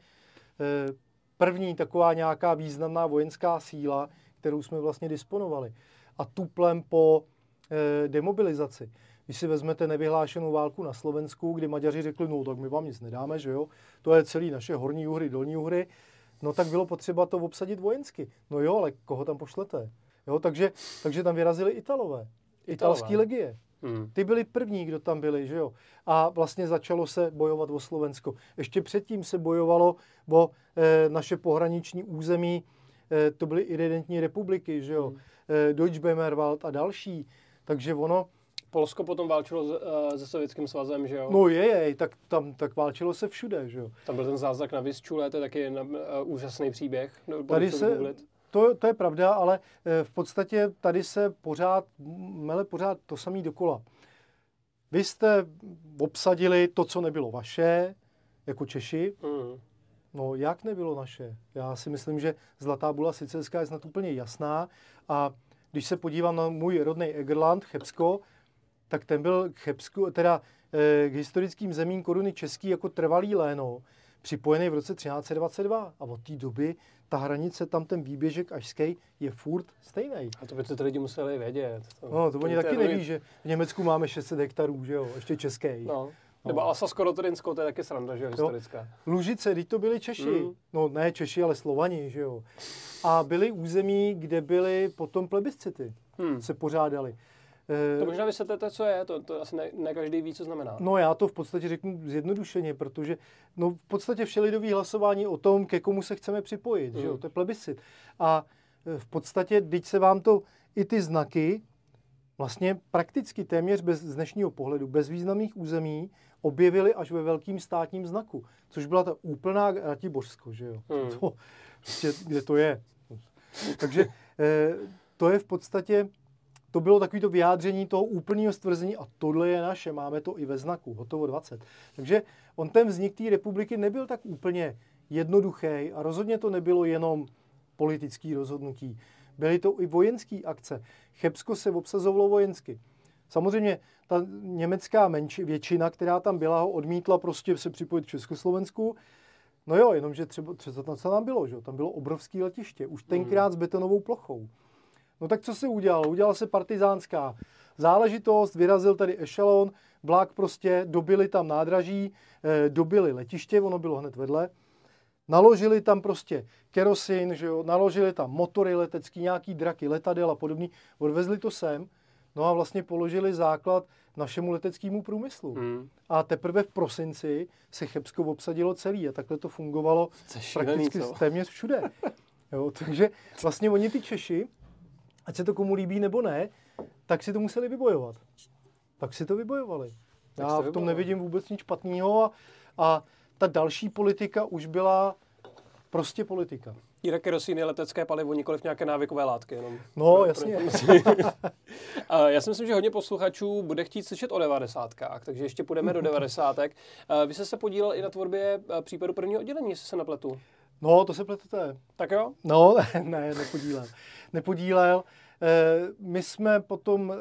první taková nějaká významná vojenská síla, kterou jsme vlastně disponovali. A tuplem po e, demobilizaci. Když si vezmete nevyhlášenou válku na Slovensku, kdy Maďaři řekli, no tak my vám nic nedáme, že jo, to je celý naše horní Uhry, dolní Uhry, no tak bylo potřeba to obsadit vojensky. No jo, ale koho tam pošlete? Jo, takže, takže tam vyrazili Italové, italský legie. Hmm. Ty byli první, kdo tam byli, že jo. A vlastně začalo se bojovat o Slovensko. Ještě předtím se bojovalo o e, naše pohraniční území, e, to byly irredentní republiky, že jo. Hmm. E, Deutschböhmerwald a další. Takže ono... Polsko potom válčilo s, uh, se Sovětským svazem, že jo? No je, je, tak tam tak válčilo se všude, že jo. Tam byl ten zázrak na Vyščule, to je taky uh, úžasný příběh. Tady se... To, to je pravda, ale v podstatě tady se pořád, mele pořád to samé dokola. Vy jste obsadili to, co nebylo vaše, jako Češi. Mm. No jak nebylo naše? Já si myslím, že Zlatá bula sicilská je snad úplně jasná. A když se podívám na můj rodný Egerland, Chebsko, tak ten byl k Chebsku, teda eh, k historickým zemím koruny český jako trvalý léno, připojený v roce třináct set dvacet dva. A od té doby ta hranice, tam ten výběžek ažský je furt stejný. A to by to ty lidi museli vědět. To, no, to, to oni taky neví, neví, že v Německu máme šest set hektarů, že jo, ještě český. No. Nebo Alsasko-Rotrinsko, to je taky sranda, že jo, historická. Lužice, teď to byli Češi. Mm. No ne Češi, ale Slovani, že jo. A byly území, kde byly potom plebiscity, hmm. se pořádali. To možná vysvětlete, co je, to, to asi ne, ne každý ví, co znamená. No já to v podstatě řeknu zjednodušeně, protože no, v podstatě všelidový hlasování o tom, ke komu se chceme připojit, mm. že jo, to je plebiscit. A v podstatě, když se vám to, i ty znaky, vlastně prakticky téměř bez, z dnešního pohledu, bez významných území, objevily až ve velkým státním znaku, což byla ta úplná Ratibořsko, že jo, mm. to, prostě, kde to je. Takže eh, to je v podstatě, to bylo takový to vyjádření toho úplného stvrzení a tohle je naše, máme to i ve znaku, hotovo dvacet. Takže on ten vznik té republiky nebyl tak úplně jednoduchý a rozhodně to nebylo jenom politické rozhodnutí. Byly to i vojenské akce. Chebsko se obsazovalo vojensky. Samozřejmě ta německá menši, většina, která tam byla, ho odmítla prostě se připojit k Československu. No jo, jenomže třeba, třeba co tam bylo, že? Tam bylo obrovské letiště, už tenkrát s betonovou plochou. No tak co se udělalo? Udělala se partizánská záležitost, vyrazil tady ešelon, vlak prostě, dobili tam nádraží, eh, dobili letiště, ono bylo hned vedle, naložili tam prostě kerosin, že jo, naložili tam motory letecký, nějaký draky, letadel a podobný, odvezli to sem, no a vlastně položili základ našemu leteckému průmyslu. Hmm. A teprve v prosinci se Chebsko obsadilo celý a takhle to fungovalo prakticky co? téměř všude. Jo, takže vlastně oni ty Češi, ať se to komu líbí nebo ne, tak si to museli vybojovat. Tak si to vybojovali. Já v tom nevidím vůbec nic špatného a, a ta další politika už byla prostě politika. Jde kerosín je letecké palivo, nikoliv nějaké návykové látky. Jenom no, pro, jasně. Pro já si myslím, že hodně posluchačů bude chtít slyšet o devadesátkách, takže ještě půjdeme do devadesátek. Vy jste se podílel i na tvorbě případu prvního oddělení, jestli se nepletu. No, to se pletete. Tak jo? No, ne, nepodílel. Nepodílel. My jsme potom...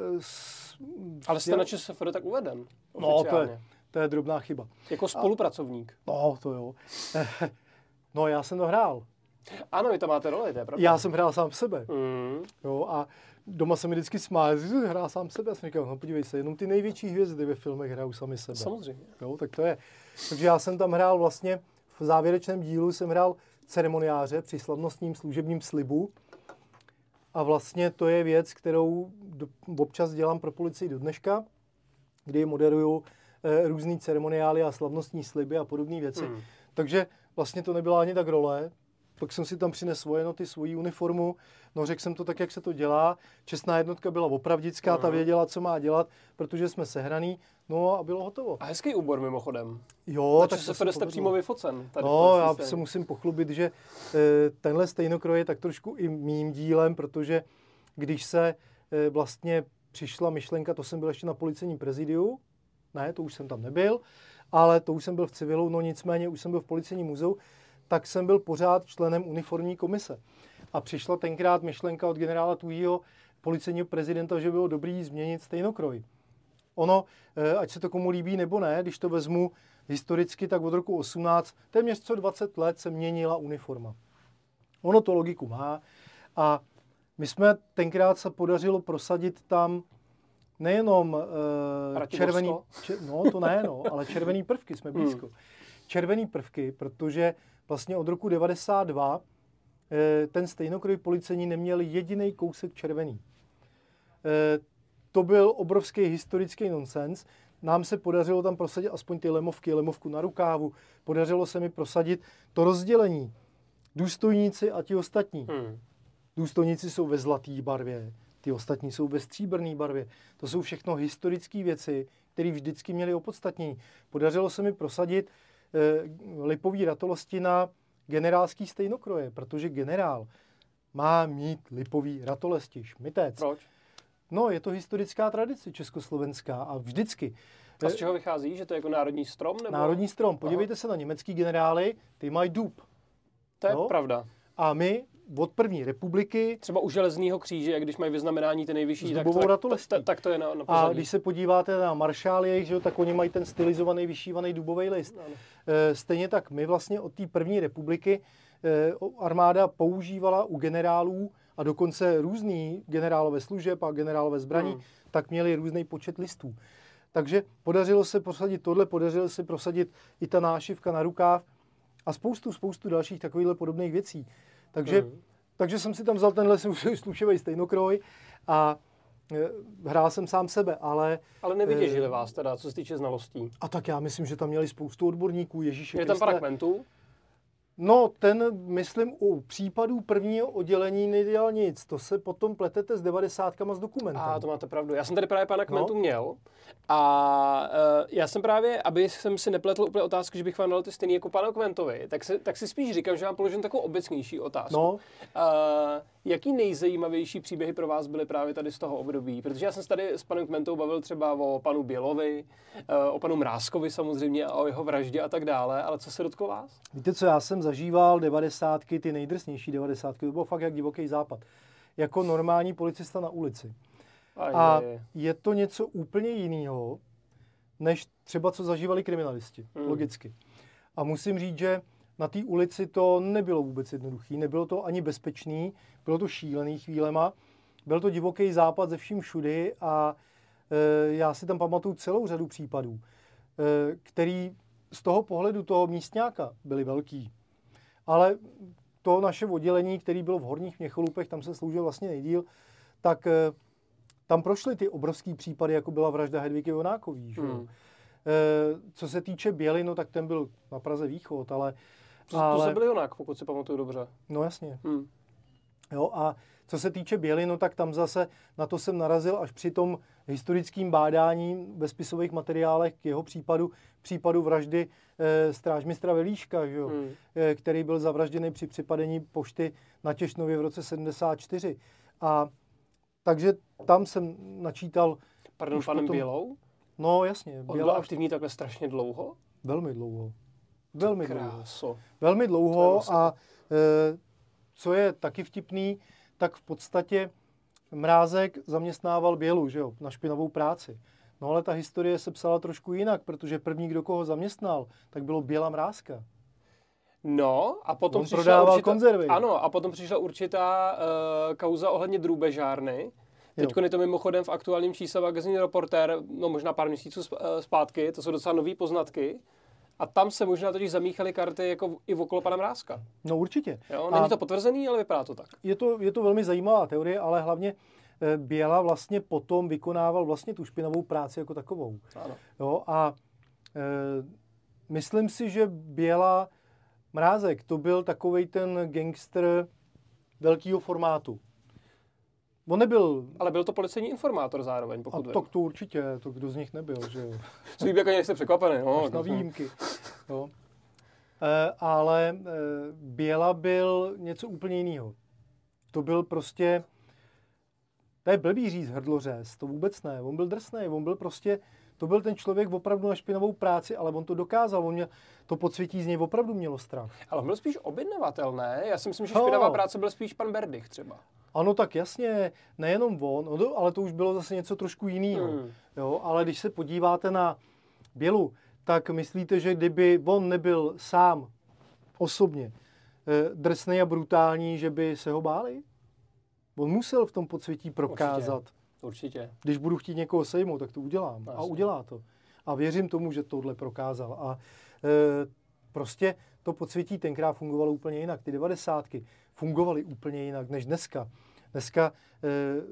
Ale jste na ČSFD tak uveden oficiálně. No, to je, to je drobná chyba. Jako spolupracovník. A, no, to jo. No, já jsem to hrál. Ano, vy tam máte roli, to je pravda. Já jsem hrál sám sebe. Mm. Jo, a doma se mi vždycky smál, že jsem hrál sám sebe. Já jsem říkal, no podívej se, jenom ty největší hvězdy ve filmech hrajou sami sebe. Samozřejmě. Jo, tak to je. Takže já jsem tam hrál vlastně, v závěrečném dílu jsem hrál ceremoniáře při slavnostním služebním slibu. A vlastně to je věc, kterou do, občas dělám pro policii do dneška, kdy moderuju e, různý ceremoniály a slavnostní sliby a podobné věci. Hmm. Takže vlastně to nebyla ani tak role. Pak jsem si tam přinesl svoje noty, svoji uniformu. No, řekl jsem to tak, jak se to dělá. Čestná jednotka byla opravdická, ta věděla, co má dělat, protože jsme sehraný. No a bylo hotovo. A hezký úbor mimochodem. Jo, tak se to jste přímo vyfocen. Tady no, já se musím pochlubit, že e, tenhle stejnokroj je tak trošku i mým dílem, protože když se e, vlastně přišla myšlenka, to jsem byl ještě na policejním prezidiu, ne, to už jsem tam nebyl, ale to už jsem byl v civilu, no nicméně už jsem byl v policejním muzeu, tak jsem byl pořád členem uniformní komise. A přišla tenkrát myšlenka od generála Tuhýho, policejního prezidenta, že bylo dobrý změnit stejnokroj. Ono, ať se to komu líbí nebo ne, když to vezmu historicky, tak od roku osmnáct, téměř co dvacet let se měnila uniforma. Ono to logiku má a my jsme tenkrát se podařilo prosadit tam nejenom uh, červený, čer, no to ne, no, ale červený prvky, jsme blízko. Hmm. Červený prvky, protože vlastně od roku devadesát dva eh, ten stejnokroj policejní neměl jediný kousek červený. Eh, to byl obrovský historický nonsens. Nám se podařilo tam prosadit aspoň ty lemovky, lemovku na rukávu. Podařilo se mi prosadit to rozdělení. Důstojníci a ti ostatní. Hmm. Důstojníci jsou ve zlaté barvě, ty ostatní jsou ve stříbrné barvě. To jsou všechno historické věci, které vždycky měly opodstatnění. Podařilo se mi prosadit eh, lipový ratolosti na generálský stejnokroje, protože generál má mít lipový ratolesti, šmitec. Proč? No, je to historická tradice československá a vždycky. A z čeho vychází, že to je jako národní strom? Nebo? Národní strom. Podívejte Aha. se na německý generály, ty mají dub. To je no? pravda. A my od první republiky... Třeba u železného kříže, jak když mají vyznamenání ty nejvyšší, tak, tak, tak, tak to je na, na pozadí. A když se podíváte na maršálie, že jo, tak oni mají ten stylizovaný, vyšívaný dubový list. Ano. E, stejně tak my vlastně od té první republiky e, armáda používala u generálů a dokonce různý generálové služeb a generálové zbraní, hmm. tak měli různý počet listů. Takže podařilo se prosadit tohle, podařilo se prosadit i ta nášivka na rukáv a spoustu, spoustu dalších takovýchhle podobných věcí. Takže, hmm. takže jsem si tam vzal tenhle sluševý stejnokroj a e, hrál jsem sám sebe, ale... Ale nevytěžili e, vás teda, co se týče znalostí. A tak já myslím, že tam měli spoustu odborníků, Ježíše Je tam fragmentů? No, ten, myslím, u případů prvního oddělení nedělal nic. To se potom pletete s devadesátkama s dokumentem. A to máte pravdu. Já jsem tady právě pana Kmentu no. měl a uh, já jsem právě, aby jsem si nepletl úplně otázku, že bych vám dal ty stejný jako panu Kmentovi, tak, se, tak si spíš říkám, že vám položím takovou obecnější otázku. No. Uh, jaký nejzajímavější příběhy pro vás byly právě tady z toho období? Protože já jsem se tady s panem Kmentou bavil třeba o panu Bělovi, uh, o panu Mrázkovi samozřejmě a o jeho vraždě a tak dále, ale co se dotklo vás? Víte co, já jsem zažíval devadesátky, ty nejdrsnější devadesátky, to bylo fakt jak divoký západ. Jako normální policista na ulici. Aj, a je. je to něco úplně jiného, než třeba co zažívali kriminalisti, hmm. logicky. A musím říct, že na té ulici to nebylo vůbec jednoduché, nebylo to ani bezpečný, bylo to šílený chvílema, byl to divoký západ ze vším všudy a e, já si tam pamatuju celou řadu případů, e, který z toho pohledu toho místňáka byly velký. Ale to naše oddělení, které bylo v Horních Měcholupech, tam se sloužil vlastně nejdýl, tak e, tam prošly ty obrovský případy, jako byla vražda Hedviky Jonákový. Hmm. E, co se týče Běly, no tak ten byl na Praze východ, ale... To, ale... to se byl Jonák, pokud si pamatuju dobře. No jasně. Hmm. Jo, a co se týče Běly, no tak tam zase na to jsem narazil až při tom historickým bádání ve spisových materiálech k jeho případu, případu vraždy e, strážmistra Velíška, že jo, hmm. e, který byl zavražděný při připadení pošty na Těšnově v roce sedmdesát čtyři. A takže tam jsem načítal... Pardon, panem potom... Bělou? No jasně. On Běla... byl aktivní takhle strašně dlouho? Velmi dlouho. Velmi Kráso. dlouho. Velmi dlouho a e, co je taky vtipný, tak v podstatě Mrázek zaměstnával Bělu, že jo, na špinavou práci. No ale ta historie se psala trošku jinak, protože první, kdo koho zaměstnal, tak bylo Běla Mrázka. No a potom On prodával určitá, konzervy. Ano, a potom přišla určitá uh, kauza ohledně drůbežárny. Teď je to mimochodem v aktuálním čísle magazínu Reportér, no možná pár měsíců zpátky, to jsou docela nový poznatky. A tam se možná totiž zamíchaly karty jako i okolo pana Mrázka. No určitě. Jo, není a to potvrzený, ale vypadá to tak. Je to, je to velmi zajímavá teorie, ale hlavně e, Běla vlastně potom vykonával vlastně tu špinavou práci jako takovou. Ano. Jo, a e, myslím si, že Běla Mrázek to byl takovej ten gangster velkého formátu. On nebyl... Ale byl to policejní informátor zároveň, pokud vím. A to, to určitě, to kdo z nich nebyl, že jo. Svým jako nejste překvapený. No, na výjimky. Jo. E, ale e, Běla byl něco úplně jiného. To byl prostě... To je blbý říct hrdlořez, to vůbec ne. On byl drsnej, on byl prostě... To byl ten člověk opravdu na špinavou práci, ale on to dokázal. On měl, to podsvětí z něj opravdu mělo strach. Ale on byl spíš objednavatel, ne? Já si myslím, že špinavá no. práce byl spíš pan Berdych třeba. Ano, tak jasně, nejenom on, ale to už bylo zase něco trošku jiného. Hmm. Jo, ale když se podíváte na Bělu, tak myslíte, že kdyby on nebyl sám osobně eh, drsnej a brutální, že by se ho báli? On musel v tom podsvětí prokázat. Určitě. Určitě. Když budu chtít někoho sejmout, tak to udělám. Jasně. A udělá to. A věřím tomu, že tohle prokázal. A e, prostě to podsvětí tenkrát fungovalo úplně jinak. Ty devadesátky fungovaly úplně jinak než dneska. Dneska e,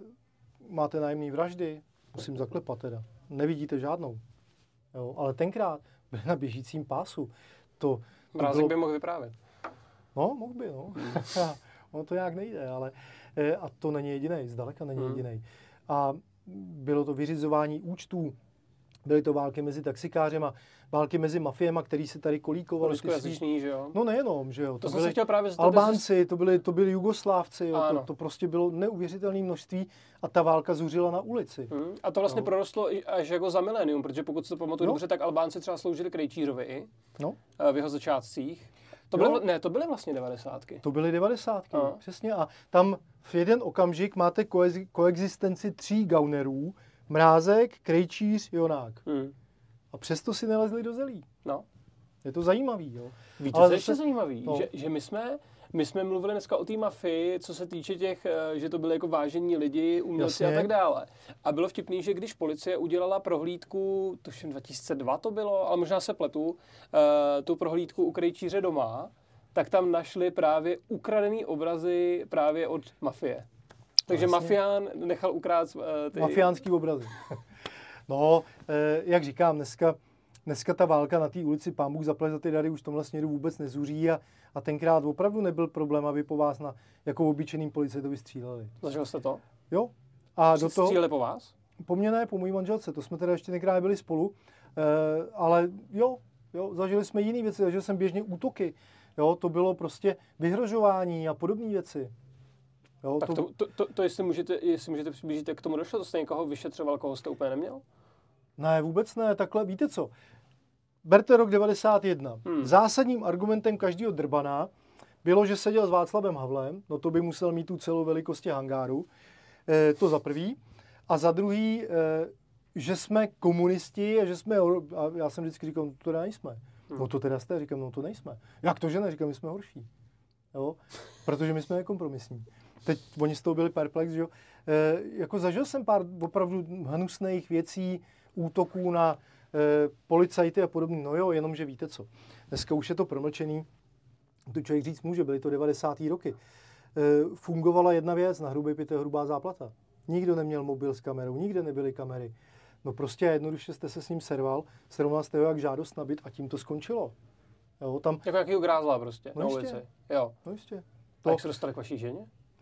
máte nájemný vraždy, musím zaklepat teda. Nevidíte žádnou. Jo, ale tenkrát byl na běžícím pásu. To, to Mrázek bylo... by mohl vyprávět. No, mohl by, no. Ono to nějak nejde, ale e, a to není jedinej, zdaleka není hmm. jedinej. A bylo to vyřizování účtů, byly to války mezi taxikářema, války mezi mafiema, který se tady kolíkovali. Ruskojazyční, že jo? No nejenom, že jo. To, to byli chtěl právě Albánci, to byli, to byli Jugoslávci, jo. To, to prostě bylo neuvěřitelné množství a ta válka zuřila na ulici. Hmm. A to vlastně no. prorostlo až jako za milénium, protože pokud si to pamatuju no. dobře, tak Albánci třeba sloužili Krejčířovi i no. v jeho začátcích. To byly, ne, to byly vlastně devadesátky. To byly devadesátky, a. přesně. A tam v jeden okamžik máte koezi, koexistenci tří gaunerů, Mrázek, Krejčíř, Jonák. Hmm. A přesto si nelezli do zelí. No. Je to zajímavý, jo. Víte, co je ještě zajímavý? No. Že, že my jsme... My jsme mluvili dneska o té mafii, co se týče těch, že to byly jako vážení lidi, umělci Jasně. a tak dále. A bylo vtipný, že když policie udělala prohlídku, tuším dva tisíce dva to bylo, ale možná se pletu, uh, tu prohlídku u Krejčíře doma, tak tam našli právě ukradený obrazy právě od mafie. Takže Jasně. mafián nechal ukrát uh, ty... Mafiánský obrazy. No, eh, jak říkám, dneska... Dneska ta válka na té ulici, pán Bůh zaplať za ty dary, už v tomhle směru vůbec nezuří a, a tenkrát opravdu nebyl problém, aby po vás na, jako obyčejným policajtovi stříleli. Zažil jste to? Jo. A do toho, stříleli po vás? Po mně ne, po mojí manželce, to jsme teda ještě tenkrát nebyli spolu, e, ale jo, jo, zažili jsme jiné věci, zažil jsem běžně útoky, jo, to bylo prostě vyhrožování a podobné věci. Jo, tak to, to, to, to jestli, můžete, jestli můžete přiblížit, jak k tomu došlo, to jste někoho vyšetřoval, koho jste úplně neměl? Ne, vůbec ne, takhle, víte co? Berte rok devadesát jedna. Hmm. Zásadním argumentem každého drbana bylo, že seděl s Václavem Havlem, no to by musel mít tu celou velikosti hangáru, e, to za prvý. A za druhý, e, že jsme komunisti a že jsme, a já jsem vždycky říkal, no to teda nejsme. Hmm. No to teda jste, říkám, no to nejsme. Jak to, že ne? Říkám, my jsme horší. Jo? Protože my jsme nekompromisní. Teď oni z toho byli perplex, že jo. E, jako zažil jsem pár opravdu hnusných věcí, útoků na e, policajty a podobně. No jo, jenomže víte co. Dneska už je to promlčený. To člověk říct může, byly to devadesátý roky. E, fungovala jedna věc, na hrubý pytel hrubá záplata. Nikdo neměl mobil s kamerou, nikde nebyly kamery. No prostě jednoduše jste se s ním serval, srovnal jste ho jak žádost na byt a tím to skončilo. Jo, tam... Jako jakýho grázla prostě no na ulici. Jo. No jistě. To... A jak se dostali k vaší ženě?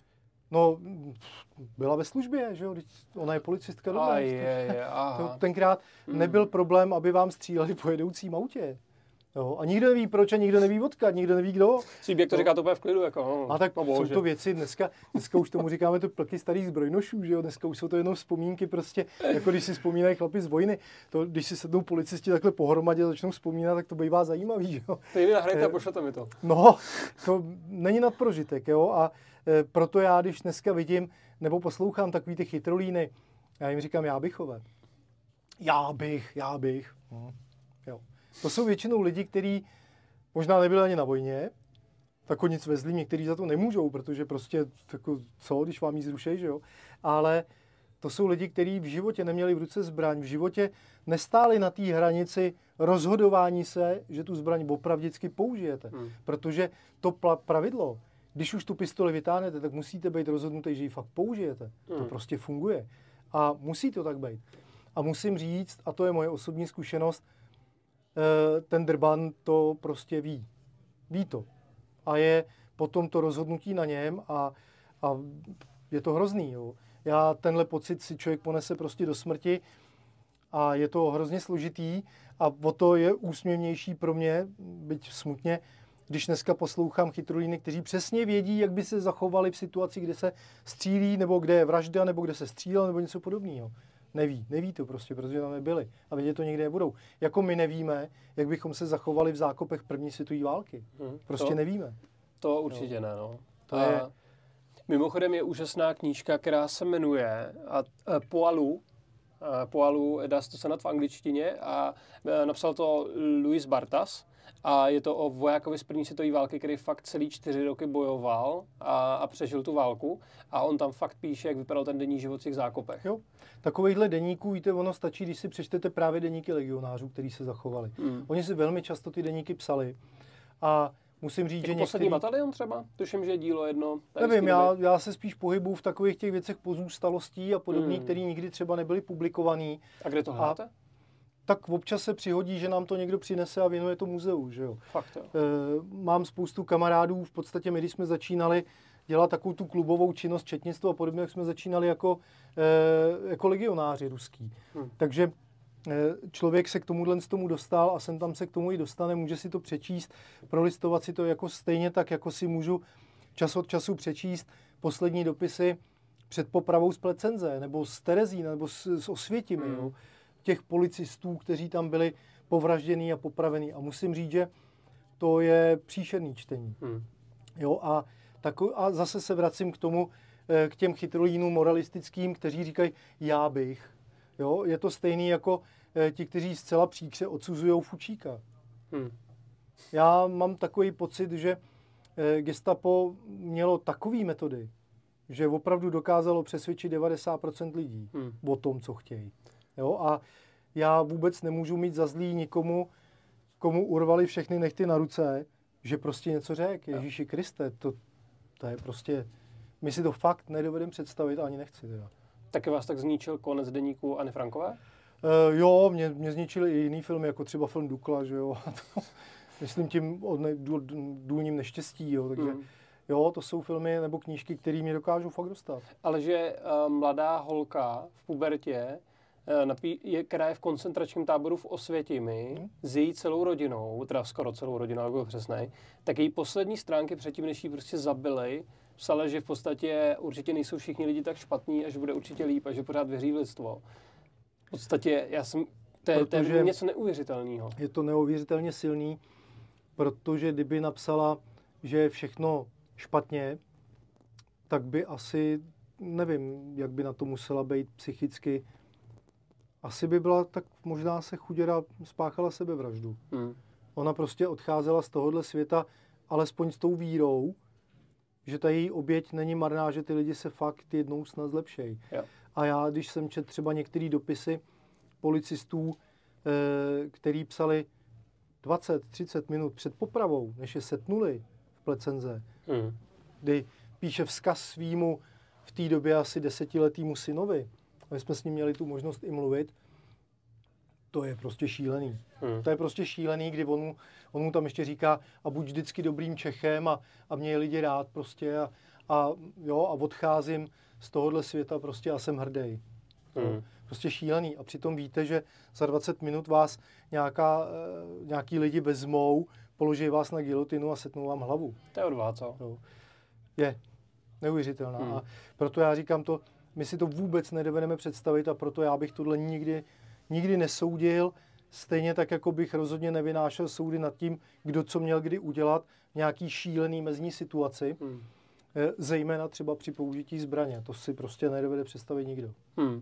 No, byla ve službě, že jo, ona je policistka doma. A je, je, aha. Tenkrát hmm. nebyl problém, aby vám stříleli po jedoucím autě. Jo, a nikdo neví proč a nikdo neví odkud, nikdo neví kdo. Cíběk to říká to úplně v klidu. Jako, no, a tak no, jsou to věci, dneska, dneska už tomu říkáme to plky starých zbrojnošů, že jo, dneska už jsou to jenom vzpomínky prostě, jako když si vzpomínají chlapi z vojny, to, když si sednou policisti takhle pohromadě a začnou vzpomínat, tak to bývá zajímavý, že jo. To jiný nahrajte a pošlete mi to. No, to není nadprožitek, jo, a e, proto já, když dneska vidím, nebo poslouchám takový ty chytrolíny, já jim říkám Jábychové. Já bych, já bych. Hm. Jo. To jsou většinou lidi, kteří možná nebyli ani na vojně, tak o nic vezli, někteří za to nemůžou, protože prostě, jako, co, když vám ji zrušej, že jo? Ale to jsou lidi, kteří v životě neměli v ruce zbraň, v životě nestáli na té hranici rozhodování se, že tu zbraň opravdicky použijete. Hmm. Protože to pla- pravidlo, když už tu pistoli vytáhnete, tak musíte být rozhodnutý, že ji fakt použijete. Hmm. To prostě funguje. A musí to tak být. A musím říct, a to je moje osobní zkušenost, ten drban to prostě ví. Ví to. A je potom to rozhodnutí na něm a, a je to hrozný. Jo. Já tenhle pocit si člověk ponese prostě do smrti a je to hrozně složitý a o to je úsměvnější pro mě, byť smutně, když dneska poslouchám chytrolíny, kteří přesně vědí, jak by se zachovali v situaci, kde se střílí, nebo kde je vražda, nebo kde se střílel, nebo něco podobného. Neví, neví to prostě, protože tam nebyli a vědět to nikdy nebudou. Jako my nevíme, jak bychom se zachovali v zákopech první světové války. Hmm, prostě to, nevíme. To určitě no. ne, no. To a je... Mimochodem je úžasná knížka, která se jmenuje a, a, Poalu. A, Poalu, dá se to senat v angličtině a, a napsal to Louis Bartas. A je to o vojákovi z první světové války, který fakt celý čtyři roky bojoval a, a přežil tu válku. A on tam fakt píše, jak vypadal ten denní život v těch zákopech. Jo. Takovýchhle deníků, víte, ono stačí, když si přečtete právě deníky legionářů, kteří se zachovali. Hmm. Oni si velmi často ty deníky psali. A musím říct, jako že některý... Poslední batalion třeba? Tuším, že je dílo jedno. Nevím, já, já se spíš pohybuju v takových těch věcech pozůstalostí a podobných, hmm. které nikdy třeba nebyly publikovaný. A kde to hledáte? A tak občas se přihodí, že nám to někdo přinese a věnuje to muzeu, že jo. Fakt, jo. E, mám spoustu kamarádů, v podstatě my, když jsme začínali dělat takovou tu klubovou činnost, četnictvo a podobně, jak jsme začínali jako, e, jako legionáři ruský. Hmm. Takže e, člověk se k tomuhle z tomu dostal a sem tam se k tomu i dostane, může si to přečíst, prolistovat si to jako stejně tak, jako si můžu čas od času přečíst poslední dopisy před popravou z Plecenze, nebo z Terezína, nebo z, z Osvětimi, hmm. jo. Těch policistů, kteří tam byli povražděný a popravený. A musím říct, že to je příšerný čtení. Hmm. Jo, a, tako, a zase se vracím k tomu, k těm chytrolínům moralistickým, kteří říkají, já bych. Jo, je to stejný jako ti, kteří zcela příkře odsuzujou Fučíka. Hmm. Já mám takový pocit, že gestapo mělo takové metody, že opravdu dokázalo přesvědčit devadesát procent lidí hmm. o tom, co chtějí. Jo, a já vůbec nemůžu mít za zlý nikomu, komu urvali všechny nechty na ruce, že prostě něco řek. Ježíši Kriste, to, to je prostě... My si to fakt nedovedeme představit, ani nechci teda. Taky vás tak zničil konec deníku Anny Frankové? Uh, jo, mě, mě zničili i jiný filmy, jako třeba film Dukla, že jo. Myslím tím o ne, důl, důlním neštěstí, jo, takže... Mm. Jo, to jsou filmy nebo knížky, které mě dokážou fakt dostat. Ale že uh, mladá holka v pubertě, je, která je v koncentračním táboru v Osvětimi hmm. s její celou rodinou, teda skoro celou rodinou, jako přesnej, tak její poslední stránky předtím, než ji prostě zabili, psala, že v podstatě určitě nejsou všichni lidi tak špatní a že bude určitě líp a že pořád věří v lidstvo. V podstatě já jsem, to je, to je něco neuvěřitelného. Je to neuvěřitelně silný, protože kdyby napsala, že je všechno špatně, tak by asi, nevím, jak by na to musela být psychicky. Asi by byla tak možná se chuděra spáchala sebevraždu. Hmm. Ona prostě odcházela z tohohle světa alespoň s tou vírou, že ta její oběť není marná, že ty lidi se fakt jednou snad zlepšejí. A já, když jsem četl třeba některé dopisy policistů, eh, který psali dvacet třicet minut před popravou, než je setnuli v Plecenze, hmm. kdy píše vzkaz svýmu v té době asi desetiletýmu synovi, my jsme s ním měli tu možnost i mluvit, to je prostě šílený. Hmm. To je prostě šílený, kdy on, on mu tam ještě říká, a buď vždycky dobrým Čechem a, a měj lidi rád prostě a, a, jo, a odcházím z tohohle světa prostě a jsem hrdý. Hmm. Prostě šílený. A přitom víte, že za dvacet minut vás nějaká, nějaký lidi vezmou, položí vás na gilotinu a setnou vám hlavu. To je odvaha, co? Jo. Je. Neuvěřitelná. Hmm. A proto já říkám to, my si to vůbec nedovedeme představit a proto já bych tohle nikdy, nikdy nesoudil. Stejně tak, jako bych rozhodně nevynášel soudy nad tím, kdo co měl kdy udělat v nějaký šílený mezní situaci. Hmm. Zejména třeba při použití zbraně. To si prostě nedovede představit nikdo. Hmm.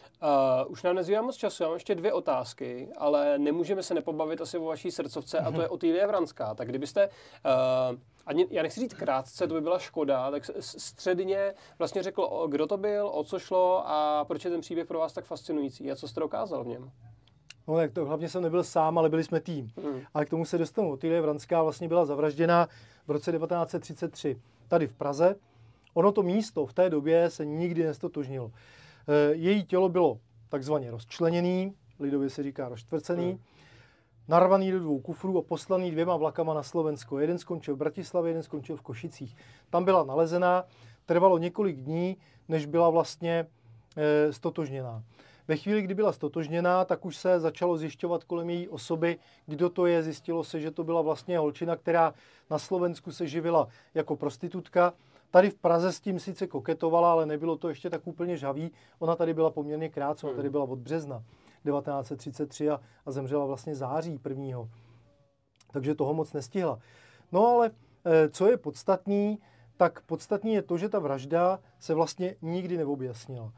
Uh, už nám nezbývá moc času, já mám ještě dvě otázky, ale nemůžeme se nepobavit asi o vaší srdcovce, a to je Otýlie Vranská. Tak kdybyste, uh, ani, já nechci říct krátce, to by byla škoda, tak středně vlastně řekl, kdo to byl, o co šlo a proč je ten příběh pro vás tak fascinující a co jste dokázal v něm? No tak to hlavně jsem nebyl sám, ale byli jsme tým. Hmm. Ale k tomu se dostanu. Otýlie Vranská vlastně byla zavražděna v roce devatenáct set třicet tři tady v Praze. Ono to místo v té době se nikdy nestotožnilo. Její tělo bylo takzvaně rozčleněný, lidově se říká rozčtvrcený, hmm. narvaný do dvou kufrů a poslaný dvěma vlakama na Slovensko. Jeden skončil v Bratislavě, jeden skončil v Košicích. Tam byla nalezená, trvalo několik dní, než byla vlastně e, stotožněná. Ve chvíli, kdy byla stotožněná, tak už se začalo zjišťovat kolem její osoby, kdo to je. Zjistilo se, že to byla vlastně holčina, která na Slovensku se živila jako prostitutka. Tady v Praze s tím sice koketovala, ale nebylo to ještě tak úplně žhavý. Ona tady byla poměrně krátce, ona tady byla od března devatenáct set třicet tři a, a zemřela vlastně září prvního. Takže toho moc nestihla. No ale e, co je podstatný, tak podstatný je to, že ta vražda se vlastně nikdy neobjasnila.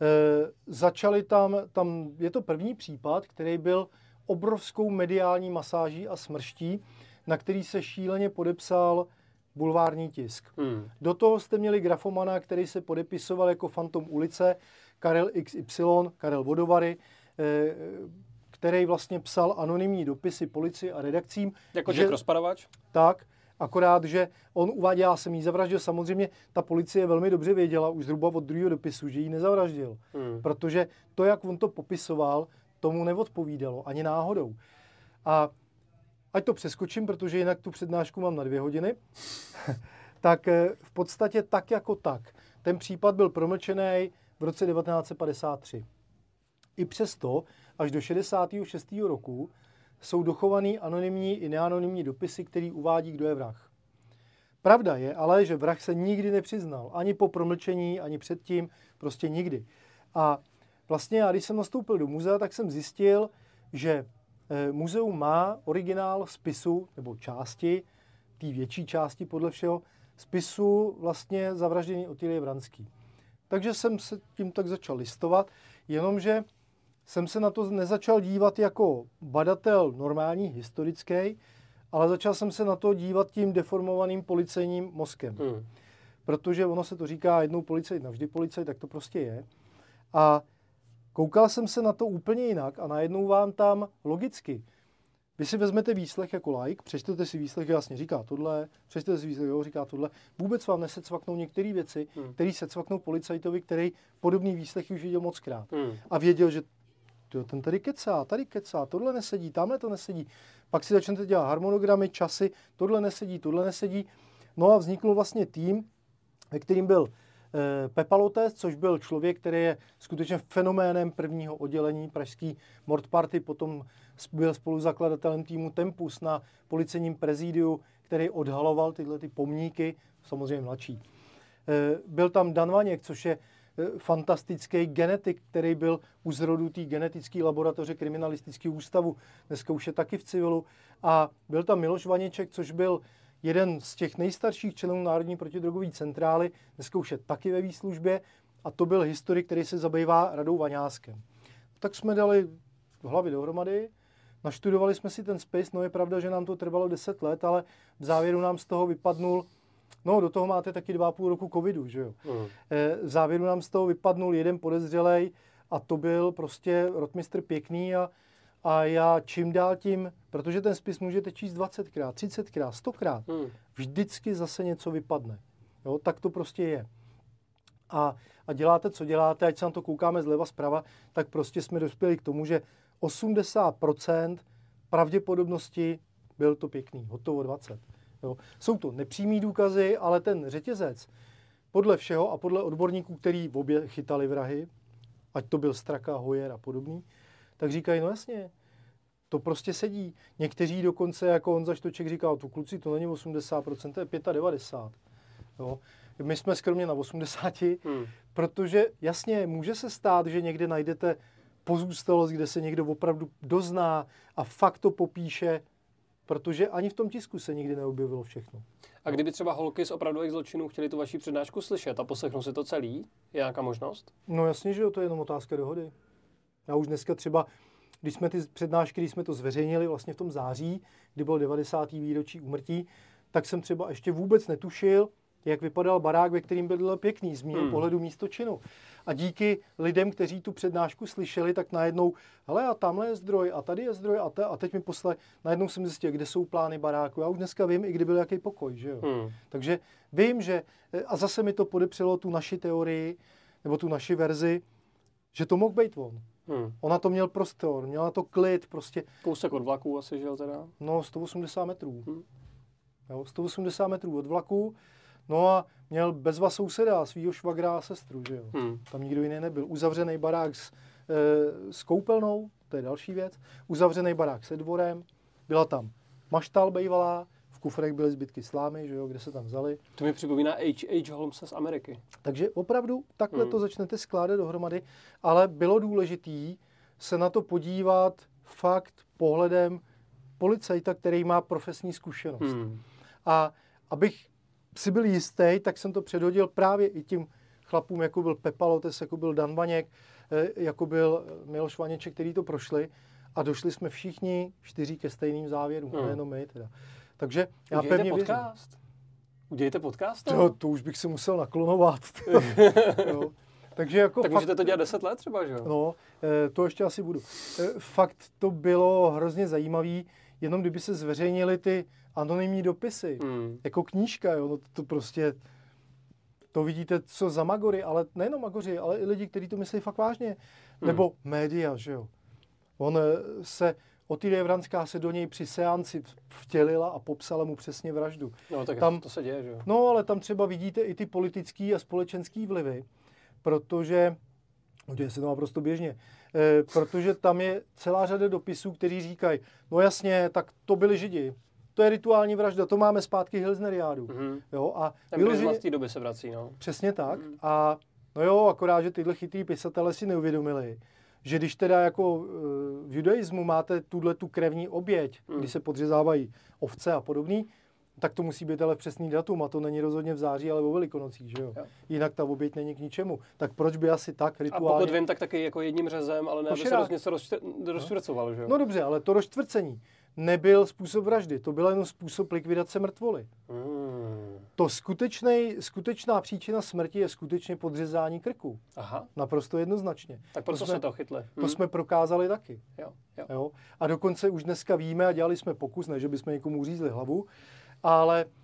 E, začali tam, tam, je to první případ, který byl obrovskou mediální masáží a smrští, na který se šíleně podepsal bulvární tisk. Hmm. Do toho jste měli grafomana, který se podepisoval jako Fantom ulice, Karel iks ypsilon, Karel Vodovary, e, který vlastně psal anonymní dopisy policii a redakcím. Jako Jack Rozparovač? Tak, akorát, že on uváděl, já jsem jí zavraždil. Samozřejmě ta policie velmi dobře věděla už zhruba od druhého dopisu, že ji nezavraždil. Hmm. Protože to, jak on to popisoval, tomu neodpovídalo, ani náhodou. A ať to přeskočím, protože jinak tu přednášku mám na dvě hodiny, tak v podstatě tak jako tak. Ten případ byl promlčený v roce devatenáct set padesát tři. I přesto až do šedesátého šestého roku jsou dochovaný anonymní i neanonymní dopisy, který uvádí, kdo je vrah. Pravda je ale, že vrah se nikdy nepřiznal. Ani po promlčení, ani předtím, prostě nikdy. A vlastně já, když jsem nastoupil do muzea, tak jsem zjistil, že muzeum má originál spisu, nebo části, té větší části podle všeho, spisu vlastně zavraždění Otýlie Vranský. Takže jsem se tím tak začal listovat, jenomže jsem se na to nezačal dívat jako badatel normální, historický, ale začal jsem se na to dívat tím deformovaným policejním mozkem. Hmm. Protože ono se to říká jednou policajt, navždy policajt, tak to prostě je. A koukal jsem se na to úplně jinak a najednou vám tam logicky. Vy si vezmete výslech jako like, přečtete si výslech, jasně říká tohle, přečtete si výslech, jo, říká tohle. Vůbec vám nesecvaknou některé věci, hmm. které se cvaknou policajtovi, který podobný výslech už viděl mockrát. Hmm. A věděl, že tyjo, ten tady kecá, tady kecá, tohle nesedí, tamhle to nesedí. Pak si začnete dělat harmonogramy, časy, tohle nesedí, tohle nesedí. No a vznikl vlastně tým, ve kterým byl Pepa Lotes, což byl člověk, který je skutečně fenoménem prvního oddělení pražský Mord Party, potom byl spoluzakladatelem týmu Tempus na policejním prezidiu, který odhaloval tyhle ty pomníky, samozřejmě mladší. Byl tam Dan Vaněk, což je fantastický genetik, který byl u zrodu té genetické laboratoře kriminalistického ústavu, dneska už je taky v civilu. A byl tam Miloš Vaněček, což byl jeden z těch nejstarších členů Národní protidrogové centrály, dneska už je taky ve výslužbě, a to byl historik, který se zabývá Radou Vaňáskem. Tak jsme dali hlavy dohromady, naštudovali jsme si ten spis, no je pravda, že nám to trvalo deset let, ale v závěru nám z toho vypadnul, no do toho máte taky dva a půl roku covidu, že jo. Mm. V závěru nám z toho vypadnul jeden podezřelej a to byl prostě rotmistr Pěkný a A já čím dál tím, protože ten spis můžete číst dvacetkrát, třicetkrát, stokrát, hmm. vždycky zase něco vypadne. Jo, tak to prostě je. A, a děláte, co děláte, ať se na to koukáme zleva zprava, tak prostě jsme dospěli k tomu, že osmdesát procent pravděpodobnosti byl to Pěkný, hotovo dvacet. Jo. Jsou to nepřímý důkazy, ale ten řetězec podle všeho a podle odborníků, který v obě chytali vrahy, ať to byl Straka, Hoyer a podobný, tak říkají, no jasně, to prostě sedí. Někteří dokonce, jako Honza Štoček říkal, tu kluci, to není osmdesát procent, to je devadesát pět. Jo. My jsme skromně na osmdesát, hmm. protože jasně, může se stát, že někde najdete pozůstalost, kde se někdo opravdu dozná a fakt to popíše, protože ani v tom tisku se nikdy neobjevilo všechno. A kdyby třeba holky z opravdových zločinů chtěli tu vaši přednášku slyšet a poslechnout si to celý, je nějaká možnost? No jasně, že jo, to je jenom otázka dohody. Já už dneska třeba, když jsme ty přednášky, když jsme to zveřejnili vlastně v tom září, kdy bylo devadesátý výročí úmrtí, tak jsem třeba ještě vůbec netušil, jak vypadal barák, ve kterým byl pěkný, z mého hmm. pohledu místo činu. A díky lidem, kteří tu přednášku slyšeli, tak najednou, hele, a tamhle je zdroj, a tady je zdroj, a, te, a teď mi posle, najednou jsem zjistil, kde jsou plány baráku. Já už dneska vím, i kdy byl jaký pokoj, že jo. Hmm. Takže vím, že, a zase mi to podepřelo tu naši teorii, nebo tu naši verzi, že to mohl být on. Hmm. Ona to měl prostor, měla to klid, prostě. Kousek od vlaku asi, žil teda? No, sto osmdesát metrů. Hmm. Jo, sto osmdesát metrů od vlaku. No a měl bezva souseda, svýho švagra a sestru, že jo. Hmm. Tam nikdo jiný nebyl. Uzavřený barák s, e, s koupelnou, to je další věc. Uzavřený barák se dvorem. Byla tam maštal bejvalá, v kufrech byly zbytky slámy, že jo, kde se tam vzali. To mi připomíná H H. Holmesa z Ameriky. Takže opravdu takhle hmm. to začnete skládat dohromady, ale bylo důležitý se na to podívat fakt pohledem policajta, který má profesní zkušenost. Hmm. A abych si byl jistý, tak jsem to předhodil právě i tím chlapům, jako byl Pepa Lotes, jako byl Dan Vaněk, jako byl Miloš Vaněček, který to prošli a došli jsme všichni čtyři ke stejným závěrům, hmm. nejenom my teda. Takže já Udějte pevně podcast. Věřím. Udějte podcast? To, to už bych se musel naklonovat. Jo. Takže jako tak fakt, můžete to dělat deset let třeba, že jo? No, to ještě asi budu. Fakt to bylo hrozně zajímavý, jenom kdyby se zveřejnily ty anonymní dopisy, hmm. jako knížka, jo, no to, to prostě, to vidíte, co za magory, ale nejenom magoři, ale i lidi, kteří to myslí fakt vážně. Hmm. Nebo média, že jo. On se, Otýlie Vranská se do něj při seanci vtělila a popsala mu přesně vraždu. No, tak tam, to se děje, že jo. No, ale tam třeba vidíte i ty politický a společenský vlivy, protože, děje se to naprosto běžně, e, protože tam je celá řada dopisů, kteří říkají, no jasně, tak to byli Židi. To je rituální vražda, to máme zpátky Hilsneriádu. Mm-hmm. Jo, a ten vyloženě... z té doby se vrací, no. Přesně tak. Mm. A no jo, akorát, že tyhle chytrý pisatelé si neuvědomili, že když teda jako v judaismu máte tuhle tu krevní oběť, mm. kdy se podřezávají ovce a podobný, tak to musí být ale přesný datum a to není rozhodně v září, ale o Velikonocích, že jo? jo. Jinak ta oběť není k ničemu. Tak proč by asi tak rituálně... A pokud vím, tak taky jako jedním řezem, ale ne, aby se něco rozčtvrcoval, že jo? No dobře, ale to rozčtvrcení nebyl způsob vraždy, to byl jenom způsob likvidace mrtvoly. Mm. To skutečnej, skutečná příčina smrti je skutečně podřezání krku. Aha. Naprosto jednoznačně. Tak proto to jsme, se to chytli. To hmm. jsme prokázali taky. Jo, jo. Jo? A dokonce už dneska víme a dělali jsme pokus, ne, že bychom někomu uřízli hlavu, ale e,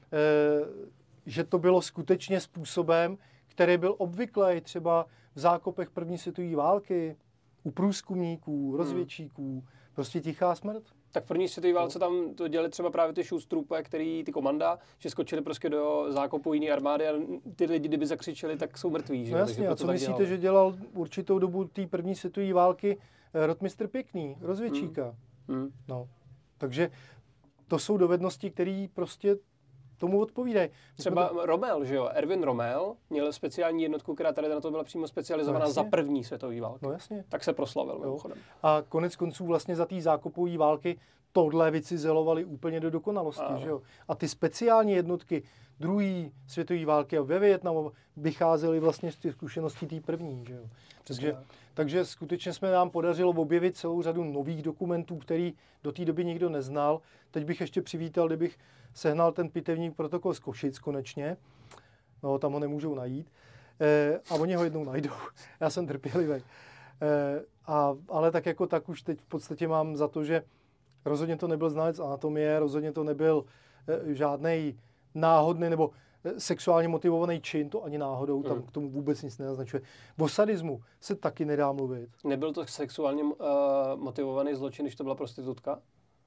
že to bylo skutečně způsobem, který byl obvyklý třeba v zákopech první světové války, u průzkumníků, rozvědčíků, hmm. prostě tichá smrt. Tak v první světové válce tam to dělali třeba právě ty Schustrupe, který ty komanda, že skočili prostě do zákopu jiné armády a ty lidi, kdyby zakřičeli, tak jsou mrtví. Že? No jasně, a co myslíte, dělali? Že dělal určitou dobu té první světové války rotmistr Pěkný, rozvědčíka. Hmm. Hmm. No, takže to jsou dovednosti, které prostě tomu odpovídají. Třeba to... Rommel, že jo? Erwin Rommel měl speciální jednotku, která tady na to byla přímo specializovaná no za první světové války. No jasně. Tak se proslavil mimochodem. A konec konců vlastně za té zákopové války tohle vycizelovali úplně do dokonalosti, a... že jo? A ty speciální jednotky druhé světové války a ve Vietnamu vycházely vlastně z těch zkušeností té první, že jo? Takže, takže skutečně jsme nám podařilo objevit celou řadu nových dokumentů, který do té doby nikdo neznal. Teď bych ještě přivítal, kdybych sehnal ten pitevník protokol z Košic konečně. No, tam ho nemůžou najít. E, a oni ho jednou najdou. Já jsem trpělivý. E, a, ale tak jako tak už teď v podstatě mám za to, že rozhodně to nebyl znalec anatomie, rozhodně to nebyl e, žádnej náhodný nebo sexuálně motivovaný čin, to ani náhodou, tam mm. k tomu vůbec nic nenaznačuje. O sadismu se taky nedá mluvit. Nebyl to sexuálně uh, motivovaný zločin, když to byla prostitutka?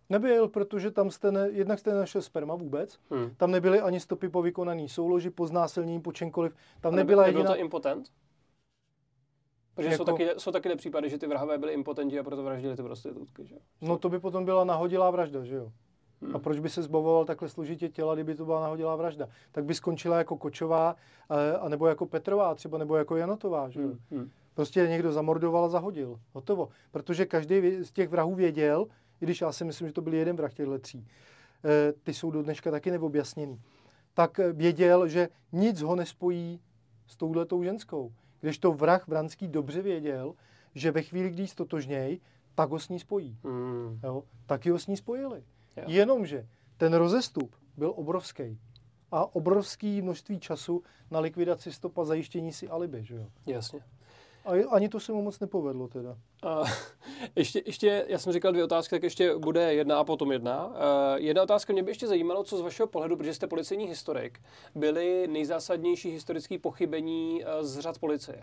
Nebyl, protože tam jste ne, jednak jste nenašel sperma vůbec, hmm. tam nebyly ani stopy po vykonaný souloži, po znásilnění, po čemkoliv. Tam a nebyla nebyl jediná... to impotent? Protože jako... jsou, taky, jsou taky případy, že ty vrahové byli impotenti a proto vraždili ty prostitutky, že jo? No to by potom byla nahodilá vražda, že jo? Hmm. A proč by se zbavoval takhle složitě těla, kdyby to byla nahodilá vražda? Tak by skončila jako Kočová, a nebo jako Petrová třeba, nebo jako Janotová, že jo? Hmm. Hmm. Prostě někdo zamordoval a zahodil. Hotovo. Protože každý z těch vrahů věděl, i když já si myslím, že to byl jeden vrah těchto tří, e, ty jsou do dneška taky neobjasněný, tak věděl, že nic ho nespojí s touhletou ženskou. Kdežto vrah Vranský dobře věděl, že ve chvíli, kdy ji stotožněj, tak ho s ní spojí. Hmm. Jo? Taky ho s ní spojili. Jo. Jenomže ten rozestup byl obrovský. A obrovský množství času na likvidaci stop a zajištění si alibi. Že jo? Jasně. A ani to se mu moc nepovedlo teda. A ještě, ještě, já jsem říkal dvě otázky, tak ještě bude jedna a potom jedna. Uh, jedna otázka mě by ještě zajímalo, co z vašeho pohledu, protože jste policejní historik, byly nejzásadnější historické pochybení uh, z řad policie?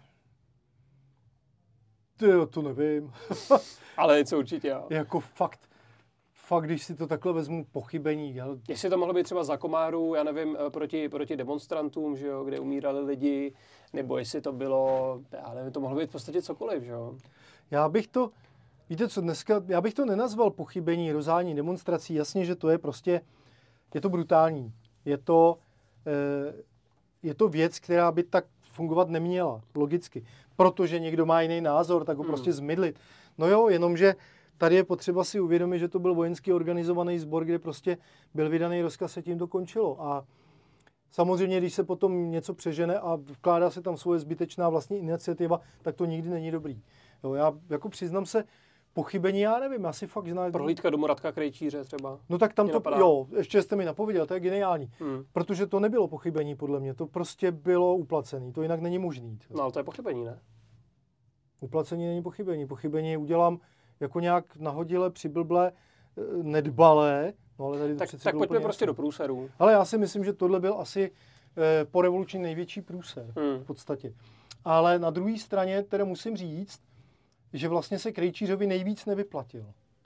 Tyjo, to nevím. Ale něco určitě, jo. Jako fakt. Fakt, když si to takhle vezmu, pochybení. Jel... Jestli to mohlo být třeba za komáru, já nevím, proti, proti demonstrantům, že jo, kde umírali lidi, nebo jestli to bylo, já nevím, to mohlo být v podstatě cokoliv, že jo. Já bych to, víte co, dneska, já bych to nenazval pochybení, rozhání demonstrací, jasně, že to je prostě, je to brutální. Je to, eh, je to věc, která by tak fungovat neměla, logicky. Protože někdo má jiný názor, tak ho hmm. prostě zmydlit. No jo, jenomže tady je potřeba si uvědomit, že to byl vojenský organizovaný sbor, kde prostě byl vydaný rozkaz a tím to končilo. A samozřejmě, když se potom něco přežene a vkládá se tam svoje zbytečná vlastní iniciativa, tak to nikdy není dobrý. Jo, já jako přiznám se, pochybení, já nevím, asi fakt znám. Prohlídka domu Radka Krejčíře třeba. No tak tam to, napadá. Jo, ještě jste mi napověděl, to je geniální. Hmm. Protože to nebylo pochybení podle mě, to prostě bylo uplacený, to jinak není možný. No ale to je pochybení, ne? Uplacení není pochybení, pochybení udělám jako nějak nahodile, přiblble, nedbalé. No, ale tady tak tak pojďme prostě do průserů. Ale já si myslím, že tohle byl asi eh, po revoluční největší průser hmm. v podstatě. Ale na druhé straně teda musím říct, že vlastně se Krejčířovi nejvíc nevyplatil.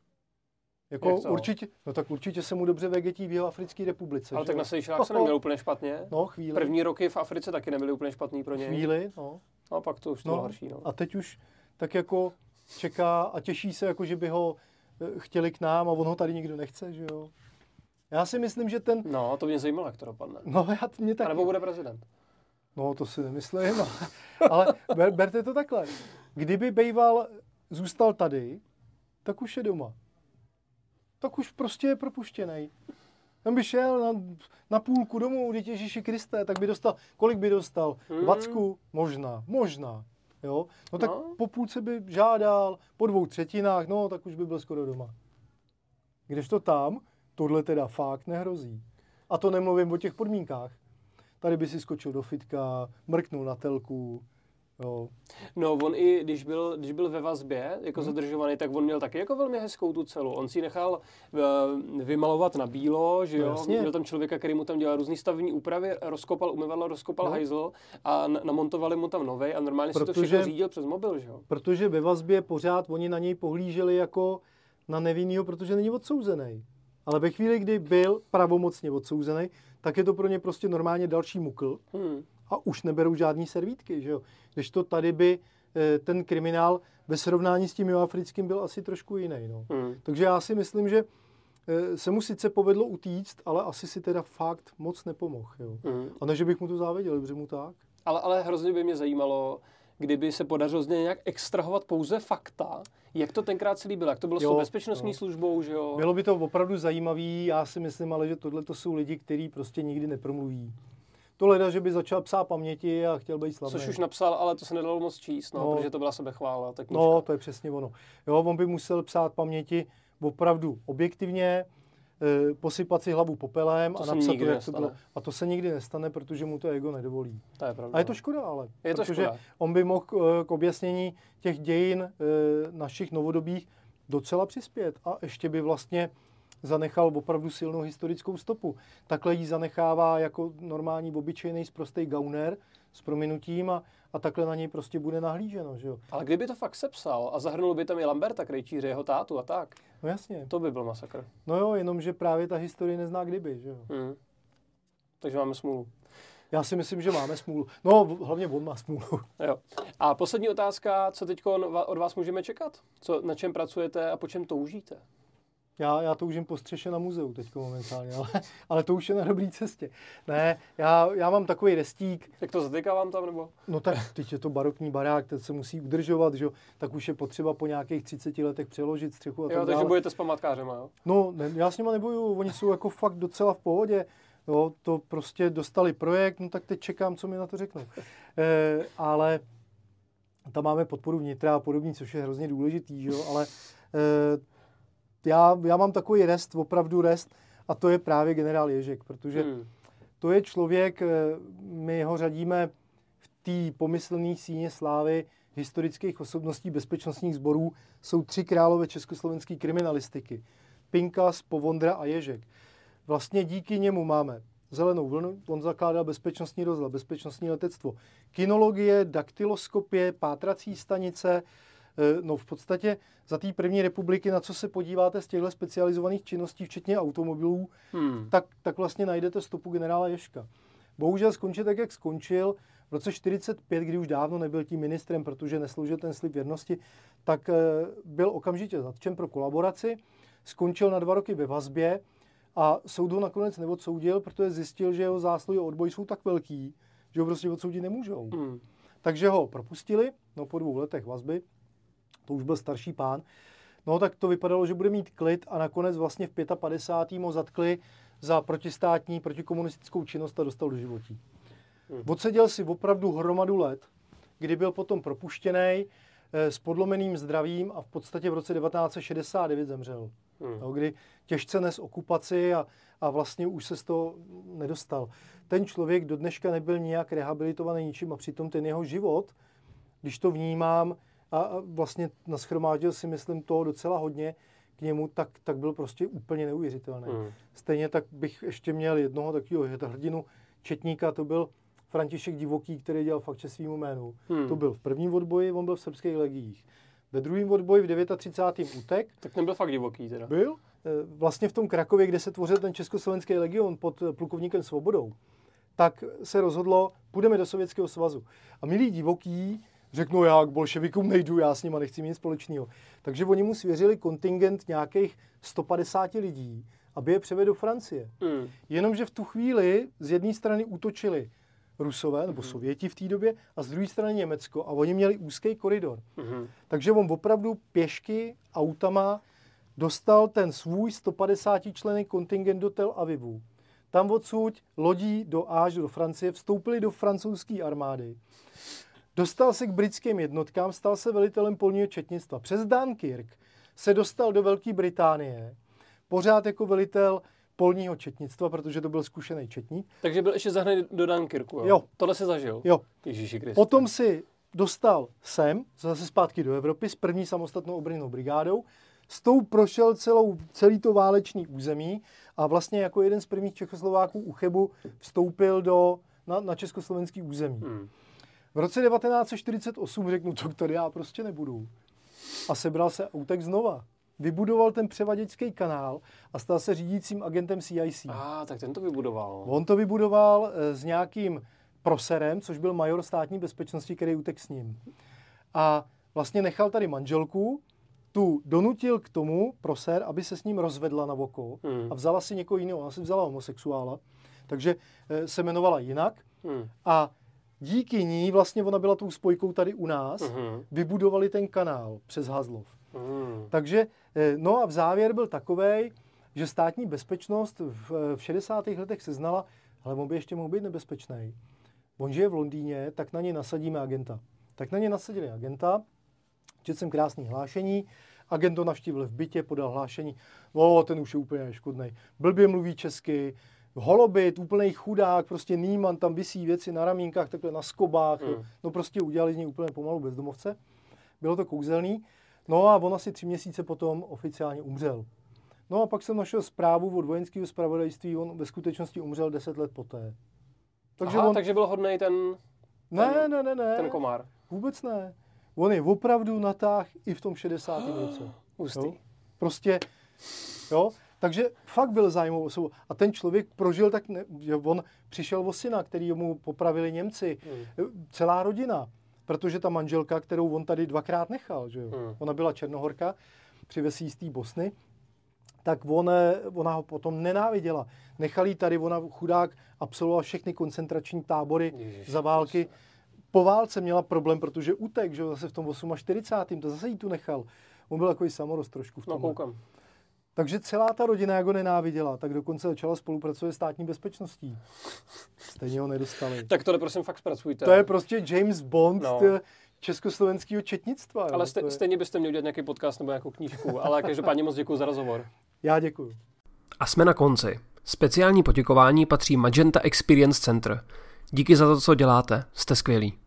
Jako určitě, no tak určitě se mu dobře vegetí v Jihoafrické republice. Ale že? tak na Seychelách se neměl úplně špatně. No, chvíli. První roky v Africe taky nebyly úplně špatný pro něj. Chvíli, no. No, pak to už to no, bylo horší, no. A teď už tak jako čeká a těší se, jako že by ho chtěli k nám a on ho tady nikdo nechce, že jo. Já si myslím, že ten... No, to mě zajímalo, jak to dopadne. No, já mě tak... A nebo bude prezident. No, to si nemyslím, ale ber, berte to takhle. Kdyby Bejval zůstal tady, tak už je doma. Tak už prostě je propuštěnej. Ten by šel na, na půlku domů, dítě Ježíši Kriste, tak by dostal, kolik by dostal? Hmm. Vacku? Možná, možná. Jo? No tak no. po půlce by žádal, po dvou třetinách, no tak už by byl skoro doma. Kdežto tam, tohle teda fakt nehrozí. A to nemluvím o těch podmínkách. Tady by si skočil do fitka, mrknul na telku. Jo. No, on i, když byl, když byl ve vazbě, jako hmm. zadržovaný, tak on měl taky jako velmi hezkou tu celu. On si nechal uh, vymalovat na bílo, že jo. Jasně. Měl tam člověka, který mu tam dělal různý stavební úpravy, rozkopal umyvadlo, rozkopal no. hajzl a n- namontovali mu tam novej a normálně protože, si to všechno řídil přes mobil, že jo. Protože ve vazbě pořád oni na něj pohlíželi jako na nevinnýho, protože není odsouzený. Ale ve chvíli, kdy byl pravomocně odsouzený, tak je to pro ně prostě normálně další mukl. Hmm. A už neberou žádný servítky, že jo. Když to tady by e, ten kriminál ve srovnání s tím jihoafrickým byl asi trošku jiný, no. Hmm. Takže já si myslím, že e, se mu sice povedlo utíct, ale asi si teda fakt moc nepomohl, jo. Hmm. A ne, že bych mu to záviděl, protože mu tak. Ale, ale hrozně by mě zajímalo, kdyby se podařilo z něj nějak extrahovat pouze fakta, jak to tenkrát celý bylo, jak to bylo jo, s tou bezpečnostní jo. službou, že jo. Bylo by to opravdu zajímavý, já si myslím, ale že tohle to jsou lidi, kteří prostě nikdy nepromluví. To leda, že by začal psát paměti a chtěl být slavný. Což už napsal, ale to se nedalo moc číst, no, no. protože to byla sebechvála. Tak no, to je přesně ono. Jo, on by musel psát paměti opravdu objektivně, e, posypat si hlavu popelem to a napsat to, jak nestane. to bylo. A to se nikdy nestane, protože mu to ego nedovolí. To je pravda. A je to škoda, ale. Je to protože škoda. On by mohl k objasnění těch dějin e, našich novodobých docela přispět. A ještě by vlastně zanechal opravdu silnou historickou stopu. Takhle ji zanechává jako normální, obyčejný, sprostej gauner s prominutím a, a takhle na něj prostě bude nahlíženo, že jo. Ale kdyby to fakt sepsal a zahrnul by tam i Lamberta Krejčíře, jeho tátu a tak, No jasně. to by byl masakr. No jo, jenomže právě ta historie nezná kdyby, že jo. Hmm. Takže máme smůlu. Já si myslím, že máme smůlu. No, hlavně on má smůlu. Jo. A poslední otázka, co teď od vás můžeme čekat? Co, na čem pracujete a po čem toužíte? Já, já toužím po střeše na muzeu teď momentálně, ale, ale to už je na dobré cestě. Ne, já, já mám takový restík. Jak to zatýká vám tam, nebo? No tak teď je to barokní barák, ten se musí udržovat, že? Tak už je potřeba po nějakých třiceti letech přeložit střechu a tak jo, dále. takže budete s památkářema, jo? No, ne, já s nima nebojuju, oni jsou jako fakt docela v pohodě. Jo, to prostě dostali projekt, no tak teď čekám, co mi na to řeknou. E, ale tam máme podporu vnitra a podobně, což je hrozně důležitý, že jo, ale e, já, já mám takový rest, opravdu rest, a to je právě generál Ježek, protože hmm. to je člověk, my ho řadíme v té pomyslné síně slávy historických osobností bezpečnostních sborů, jsou tři králové československé kriminalistiky. Pinkas, Povondra a Ježek. Vlastně díky němu máme Zelenou vlnu, on zakládal bezpečnostní rozhlas, bezpečnostní letectvo, kinologie, daktyloskopie, pátrací stanice. No v podstatě za té první republiky, na co se podíváte z těchto specializovaných činností, včetně automobilů, hmm. tak, tak vlastně najdete stopu generála Ježka. Bohužel skončil tak, jak skončil. V roce čtyřicet pět, kdy už dávno nebyl tím ministrem, protože nesloužil ten slib věrnosti, tak byl okamžitě zatčen pro kolaboraci, skončil na dva roky ve vazbě a soud ho nakonec neodsoudil, protože zjistil, že jeho zásluhy o odboj jsou tak velký, že ho prostě odsoudit nemůžou. Hmm. Takže ho propustili, no po dvou letech vazby, to už byl starší pán, no tak to vypadalo, že bude mít klid a nakonec vlastně v padesátém pátém ho zatkli za protistátní, protikomunistickou činnost a dostal do životí. Hmm. Odseděl si opravdu hromadu let, kdy byl potom propuštěný eh, s podlomeným zdravím a v podstatě v roce devatenáct set šedesát devět zemřel. Hmm. No, kdy těžce nes okupaci a, a vlastně už se z toho nedostal. Ten člověk do dneška nebyl nijak rehabilitovaný ničím a přitom ten jeho život, když to vnímám a, a vlastně nashromáždil si myslím toho docela hodně k němu, tak, tak byl prostě úplně neuvěřitelný. Hmm. Stejně tak bych ještě měl jednoho takového hrdinu četníka, to byl František Divoký, který dělal fakt čest svýmu jménu. Hmm. To byl v prvním odboji, on byl v srbských legiích. Ve druhém odboji v třicátém devátém utek. Tak nebyl fakt Divoký teda. Byl. Vlastně v tom Krakově, kde se tvořil ten československý legion pod plukovníkem Svobodou, tak se rozhodlo, půjdeme do Sovětského svazu. A milí Divoký řeknou, já k bolševikům nejdu, já s nima nechci mít nic společného. Takže oni mu svěřili kontingent nějakých sto padesát lidí, aby je převedl do Francie. Mm. Jenomže v tu chvíli z jedné strany útočili Rusové, nebo mm. Sověti v té době, a z druhé strany Německo. A oni měli úzký koridor. Mm. Takže on opravdu pěšky, autama dostal ten svůj sto padesát členný kontingent do Tel Avivu. Tam odsud lodí do až do Francie, vstoupili do francouzské armády. Dostal se k britským jednotkám, stal se velitelem polního četnictva. Přes Dunkirk se dostal do Velké Británie, pořád jako velitel polního četnictva, protože to byl zkušený četník. Takže byl ještě zahraničí do Dunkirku, jo? Jo. Tohle se zažil? Jo. Ježíši Kriste. Potom si dostal sem, zase zpátky do Evropy, s první samostatnou obrannnou brigádou. S tou prošel celou, celý to váleční území a vlastně jako jeden z prvních Čechoslováků u Chebu vstoupil do, na, na československý území. Hmm. V roce devatenáct set čtyřicet osm řeknu, to tady já prostě nebudu. A sebral se autek znova. Vybudoval ten převaděčský kanál a stal se řídícím agentem C I C. A ah, tak ten to vybudoval. On to vybudoval s nějakým Proserem, což byl major státní bezpečnosti, který utek s ním. A vlastně nechal tady manželku, tu donutil k tomu Proser, aby se s ním rozvedla na oko hmm. a vzala si někoho jiného. Ona si vzala homosexuála, takže se jmenovala jinak. Hmm. A díky ní vlastně ona byla tou spojkou tady u nás, hmm. vybudovali ten kanál přes Hazlov. Hmm. Takže, no a v závěr byl takovej, že státní bezpečnost v, v šedesátých letech seznala, ale on by ještě mohl být nebezpečný. On žije v Londýně, tak na ně nasadíme agenta. Tak na ně nasadili agenta, četl jsem krásný hlášení, agent to navštívil v bytě, podal hlášení, no ten už je úplně neškodnej. Blbě mluví česky, holobit, úplnej chudák, prostě nýman, tam visí věci na ramínkách, takhle na skobách, hmm. no prostě udělali z něj úplně pomalu bezdomovce. Bylo to kouzelný. No a on asi tři měsíce potom oficiálně umřel. No a pak jsem našel zprávu od vojenského zpravodajství, on ve skutečnosti umřel deset let poté. Takže, Aha, on, takže byl hodnej ten Ne, ne, ne, ne. Ten komár. Vůbec ne. On je opravdu natáh i v tom šedesátém roce. Hustý. Prostě, jo. Takže fakt byl zájmovou osobou. A ten člověk prožil tak, ne, že on přišel o syna, který mu popravili Němci. Hmm. Celá rodina. Protože ta manželka, kterou on tady dvakrát nechal, že jo. Hmm. Ona byla Černohorka, přivez jí z té Bosny, tak on, ona ho potom nenáviděla. Nechal jí tady, ona chudák absolvovala všechny koncentrační tábory Ježiš, za války. Po válce měla problém, protože utek, že jo, zase v tom čtyřicátém osmém To zase jí tu nechal. On byl takový samorost trošku v tom. No, koukám. Takže celá ta rodina, jak ho nenáviděla, tak dokonce začala spolupracovat s státní bezpečností. Stejně ho nedostali. Tak tohle prosím fakt zpracujte. To je prostě James Bond no. československého četnictva. Ale stej, je... stejně byste měli udělat nějaký podcast nebo nějakou knížku. Ale každopádně moc děkuji za rozhovor. Já děkuji. A jsme na konci. Speciální poděkování patří Magenta Experience Center. Díky za to, co děláte. Jste skvělí.